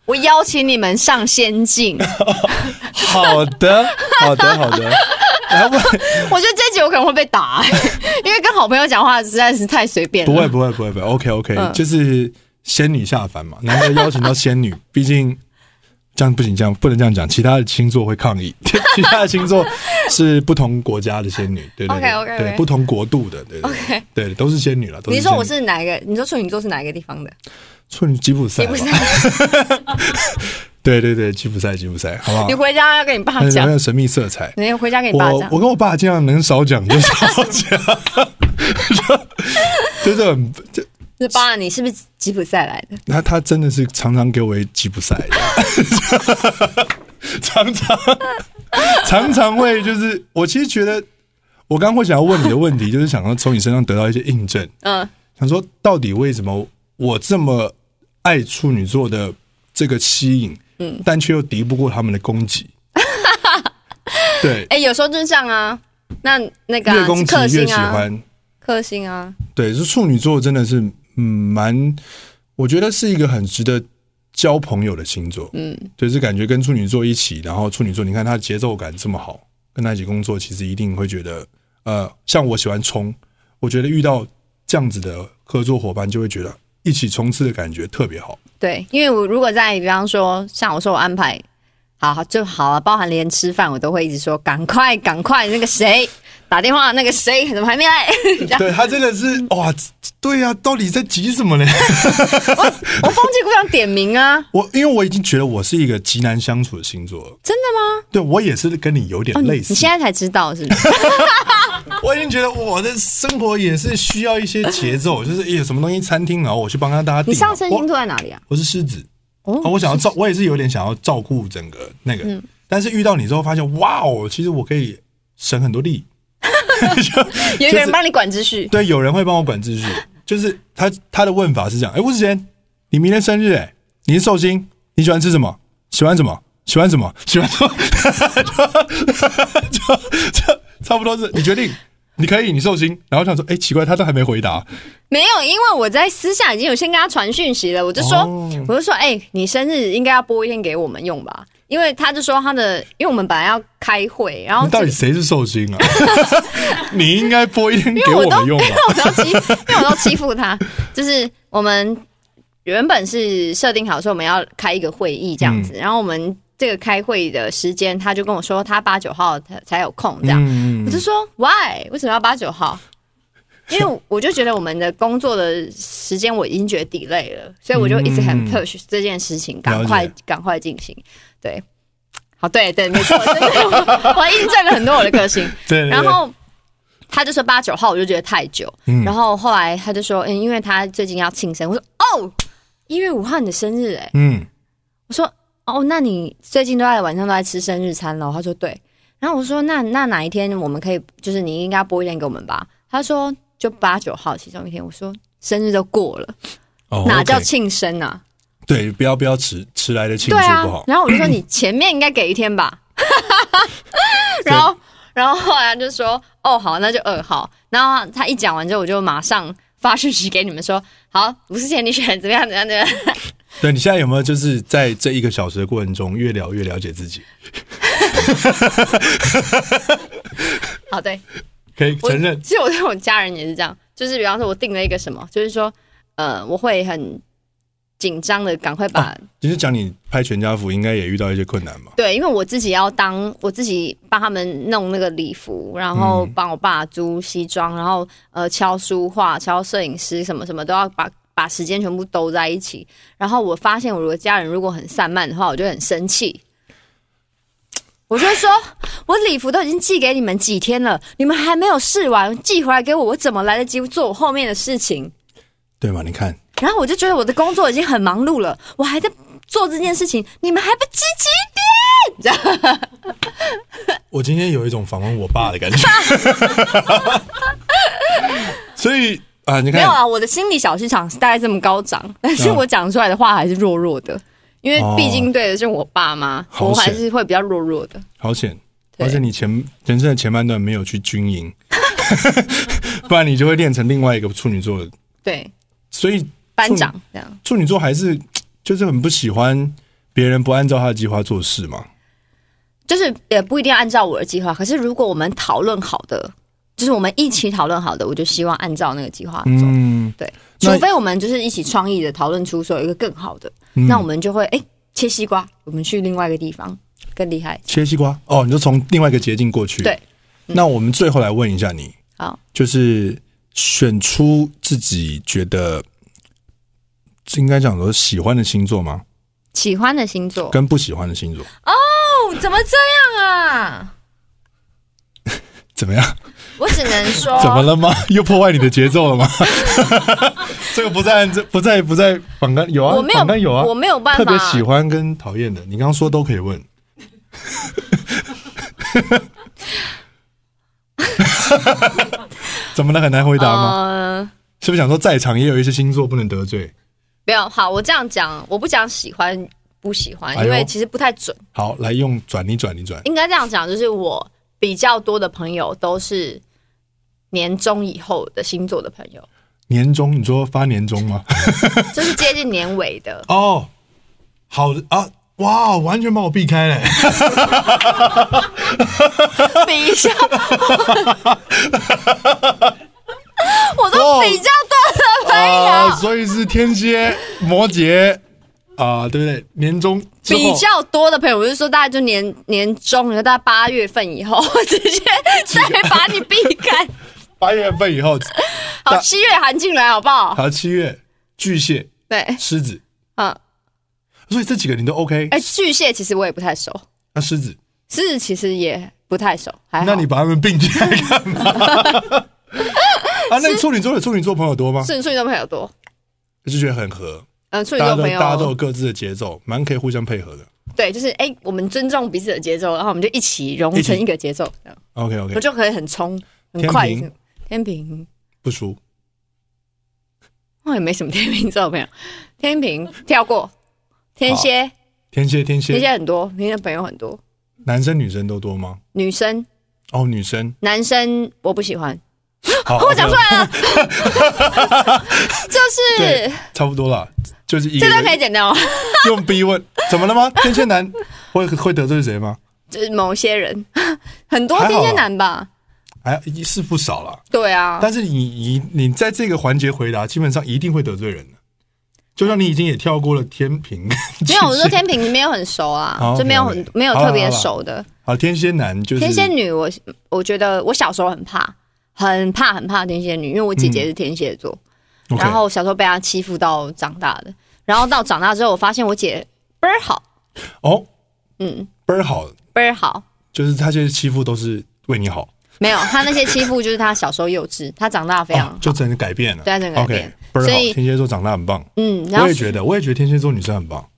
我邀请你们上仙境。 好的，好的，好的。然后我觉得这集我可能会被打、欸，因为跟好朋友讲话实在是太随便了。 不会，不会，不会，不会。OK OK，、嗯、就是仙女下凡嘛，难得邀请到仙女，毕竟这样不行，这样不能这样讲，其他的星座会抗议。其他的星座是不同国家的仙女，对对对 ，OK OK， 对，不同国度的，对对 OK， 对，都是仙女了。 你说我是哪一个？你说处女座是哪一个地方的？ 处女吉普赛，吉普赛。对对对，吉普赛，吉普赛，好不好？ 你回家要跟你爸讲， 有没有神秘色彩？ 你回家跟你爸讲。 我跟我爸尽量能少讲就少讲，就是很就。 是爸，你是不是吉普赛来的？ 他他真的是常常给我吉普赛的，常常常常会就是，我其实觉得，我刚刚会想要问你的问题，就是想要从你身上得到一些印证。嗯，想说到底为什么我这么爱处女座的这个吸引，嗯，但却又敌不过他们的攻击。对， 哎、欸，有时候就是这样啊。那那个、啊、 越攻击越喜欢克星啊。 对，是处女座真的是。嗯，蛮，我觉得是一个很值得交朋友的星座。嗯，就是感觉跟处女座一起，然后处女座，你看他节奏感这么好，跟他一起工作，其实一定会觉得，呃，像我喜欢冲，我觉得遇到这样子的合作伙伴，就会觉得一起冲刺的感觉特别好。 对，因为我如果在，比方说，像我说我安排好就好了，包含连吃饭我都会一直说，赶快赶快，那个谁。打电话那个谁怎么还没来？ 对他真的是哇，对啊，到底在急什么呢？ 我我忘记不想点名啊。 我因为我已经觉得我是一个极难相处的星座了。 真的吗？ 对，我也是跟你有点类似。 哦、你现在才知道是不是？ 我已经觉得我的生活也是需要一些节奏，就是有什么东西餐厅，然后我去帮大家订。 你上升星座在哪里啊？ 我是狮子。哦，我想要照，我也是有点想要照顾整个那个，嗯、但是遇到你之后发现，哇哦，其实我可以省很多力。 有一个人帮你管秩序， 对，有人会帮我管秩序。就是他他的问法是这样：哎、欸，吴子贤，你明天生日、欸，哎，你是寿星，你喜欢吃什么？喜欢什么？喜欢什么？喜欢什么？就就差不多是，你决定，你可以，你寿星。然后想说，哎、欸，奇怪，他都还没回答。 没有，因为我在私下已经有先跟他传讯息了，我就说，哦、我就说，哎、欸，你生日应该要播一天给我们用吧。因为他就说他的，因为我们本来要开会，然后你到底谁是寿星啊？你应该播一天给我们用吧。 因为我都欺，因为我都欺负他。就是我们原本是设定好说我们要开一个会议这样子，嗯、然后我们这个开会的时间，他就跟我说他八九号才有空这样，嗯、我就说 why 为什么要八九号？因为我就觉得我们的工作的时间我已经觉得 delay 了，所以我就一直很 push 这件事情，赶快赶快进行。对，好，对对，没错，我, 我印证了很多我的个性。 对, 对, 对， 然后他就说八九号，我就觉得太久。嗯、然后后来他就说，嗯，因为他最近要庆生，我说哦，一月五号你的生日哎、欸，嗯，我说哦，那你最近都在晚上都在吃生日餐了？他说对。然后我说那那哪一天我们可以，就是你应该播一天给我们吧？他说就八九号其中一天。我说生日都过了，哦、哪叫庆生啊？ 对，不要不要迟迟来的庆祝不好、 啊。然后我就说你前面应该给一天吧。然后然后后来他就说哦好，那就二号。然后他一讲完之后，我就马上发讯息给你们说好，不是前你选怎么样怎么样怎么样。 对，你现在有没有就是在这一个小时的过程中越聊越了解自己？ 好，对， 可以承认。 其实我对我家人也是这样，就是比方说我定了一个什么，就是说呃我会很紧张的赶快把、啊、 其实讲你拍全家福应该也遇到一些困难嘛。 对，因为我自己要当我自己帮他们弄那个礼服，然后帮我爸租西装，然后呃敲书画、敲摄影师什么什么都要把把时间全部兜在一起。然后我发现我的家人如果很散漫的话，我就很生气。我就说我礼服都已经寄给你们几天了，你们还没有试完寄回来给我，我怎么来得及做我后面的事情？ 对吗？你看， 然后我就觉得我的工作已经很忙碌了，我还在做这件事情，你们还不积极一点？ 我今天有一种访问我爸的感觉。所以啊，你看， 没有啊，我的心理小市场大概这么高涨，但是我讲出来的话还是弱弱的，因为毕竟对的是我爸妈，哦、我还是会比较弱弱的。 好险！而且你前人生的前半段没有去军营，不然你就会练成另外一个处女座的。 对。 所以班长这样， 处女座还是就是很不喜欢别人不按照他的计划做事吗？ 就是也不一定要按照我的计划，可是如果我们讨论好的，就是我们一起讨论好的，我就希望按照那个计划走。嗯，对，除非我们就是一起创意的讨论出说有一个更好的，嗯、那我们就会哎、欸、切西瓜，我们去另外一个地方更厉害。 切西瓜哦，你就从另外一个捷径过去。 对， 嗯、那我们最后来问一下你， 好， 就是选出自己觉得应该讲说喜欢的星座吗？ 喜欢的星座跟不喜欢的星座哦，怎么这样啊？ 怎么样？ 我只能说， 怎么了吗？又破坏你的节奏了吗？这个不在不在不在榜单有啊， 我没有榜单有啊， 我没有办法特别喜欢跟讨厌的，你刚刚说都可以问。怎么了？很难回答吗？呃、是不是想说在场也有一些星座不能得罪？ 不要，好，我这样讲，我不讲喜欢不喜欢，因为其实不太准。 好，来用转你转你转， 应该这样讲，就是我比较多的朋友都是年中以后的星座的朋友。 年中，你说发年终吗？ 就是接近年尾的。 哦，好的啊，哇，完全把我避开了。 比较，我都比较多的朋友， 哦呃、所以是天蝎、摩羯啊、呃，对不对？年中比较多的朋友，我是说大概就年年中，然后大概八月份以后，直接再把你避开。 八月份以后， 好，七月含进来好不好？ 好，七月巨蟹， 对， 狮子， 嗯， 所以这几个你都 OK。 哎、欸，巨蟹其实我也不太熟， 那狮子， 狮子其实也不太熟，还好。 那你把他们并起来干嘛？啊，那处女座的处女座朋友多吗？ 是处女座朋友多， 就觉得很合。 嗯，处女座朋友大家都有各自的节奏，蛮可以互相配合的。 对，就是哎、欸，我们尊重彼此的节奏，然后我们就一起融成一个节奏。 OK OK， 我就可以很冲很快。天秤不输， 我也没什么天秤座的朋友。天秤跳过，天蝎， 天蝎天蝎天蝎很多，天蝎朋友很多。 男生女生都多吗？ 女生哦，女生， 男生我不喜欢。 好， 我讲出来了，就是差不多啦，就是一这段可以剪掉吗？ 用逼问，怎么了吗？天蝎男会会得罪谁吗？ 就是某些人，很多天蝎男吧。 还是不少啦， 对啊， 但是你你你在这个环节回答，基本上一定会得罪人的。就像你已经也跳过了天秤， 没有，我说天秤没有很熟啊，就没有很没有特别熟的。 好，天蝎男就是天蝎女我，我我觉得我小时候很怕，很怕很怕天蝎女，因为我姐姐是天蝎座，嗯、然后小时候被她欺负到长大的，然后到长大之后，我发现我姐倍儿好。 哦， 嗯， 倍儿好， 倍儿好， 就是她这些欺负都是为你好。 没有，他那些欺负就是他小时候幼稚，他长大非常好、 哦、就真的改变了， 对，真的改变。 Okay, 所以天蝎座长大很棒， 嗯，然后我也觉得，我也觉得天蝎座女生很棒。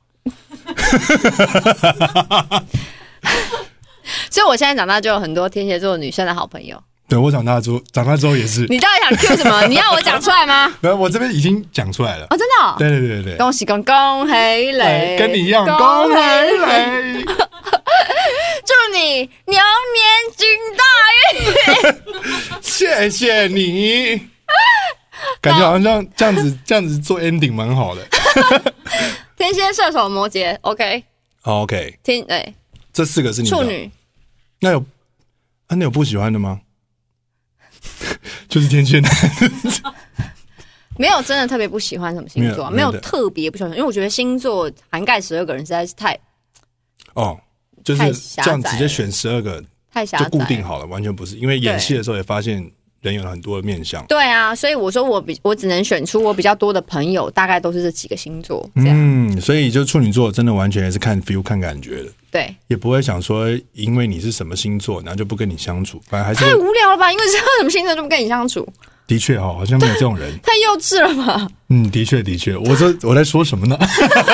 所以我现在长大就有很多天蝎座女生的好朋友。 对，我长大之后，长大之后也是。 你到底想 Q 什么？你要我讲出来吗？ 没有，我这边已经讲出来了。 哦，真的、哦？ 对对对对， 恭喜恭恭喜雷， 跟你一样，恭喜雷。 祝你牛年行大运！ 谢谢你，感觉好像这样子这样子做 ending 蛮好的。 天蝎、射手、摩羯 ，OK， 哦 OK， 天哎， 这四个是你的处女， 那有啊？那有不喜欢的吗？就是天蝎男。 没有真的特别不喜欢什么星座、啊，没有, 没有特别不喜欢，因为我觉得星座涵盖十二个人实在是太哦。就是这样直接选十二个， 太狭窄就固定好了，完全不是。因为演戏的时候也发现人有很多的面向。 对啊，所以我说我比我只能选出我比较多的朋友，大概都是这几个星座。这样嗯，所以就处女座真的完全也是看 feel 看感觉的。 对， 也不会想说因为你是什么星座，然后就不跟你相处，反正还是太无聊了吧？因为知道什么星座就不跟你相处。 的确好像没有这种人， 太幼稚了吧？ 嗯，的确的确，我说我在说什么呢？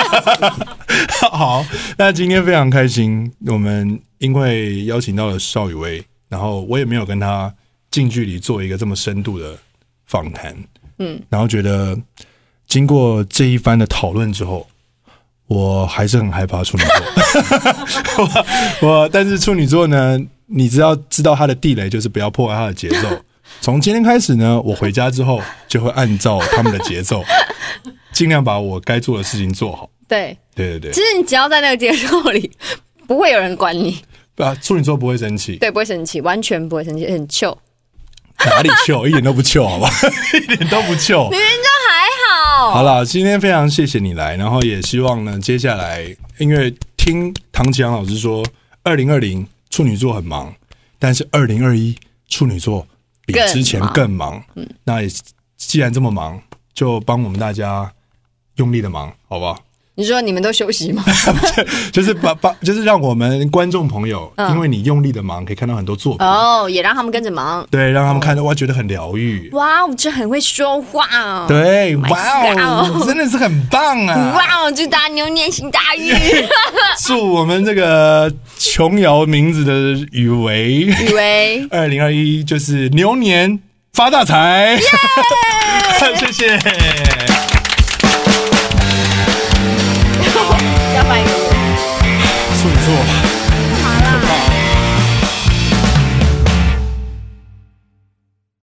好，那今天非常开心，我们因为邀请到了邵雨薇，然后我也没有跟他近距离做一个这么深度的访谈，嗯，然后觉得经过这一番的讨论之后，我还是很害怕处女座。我, 我但是处女座呢，你只要知道他的地雷，就是不要破坏他的节奏。从今天开始呢，我回家之后就会按照他们的节奏，尽量把我该做的事情做好。 对对对对， 其实你只要在那个节奏里，不会有人管你。 啊，处女座不会生气， 对，不会生气，完全不会生气，很chill。 哪里chill？一点都不chill，好吧？一点都不chill。 明明就还好。 好了，今天非常谢谢你来，然后也希望呢，接下来因为听唐启阳老师说，二零二零处女座很忙，但是二零二一处女座比之前更忙。嗯，那也既然这么忙，就帮我们大家用力的忙，好不好？ 你说你们都休息吗？ 就是把把就是让我们观众朋友，嗯、因为你用力的忙，可以看到很多作品哦，也让他们跟着忙， 对，让他们看到哇，觉得很疗愈。 哇，我这很会说话哦。 对， oh、哇哦，真的是很棒啊！ 哇哦，祝大牛年行大运！ 祝我们这个琼瑶名字的雨薇， 雨薇， 二零二一就是牛年发大财！ Yeah! 谢谢。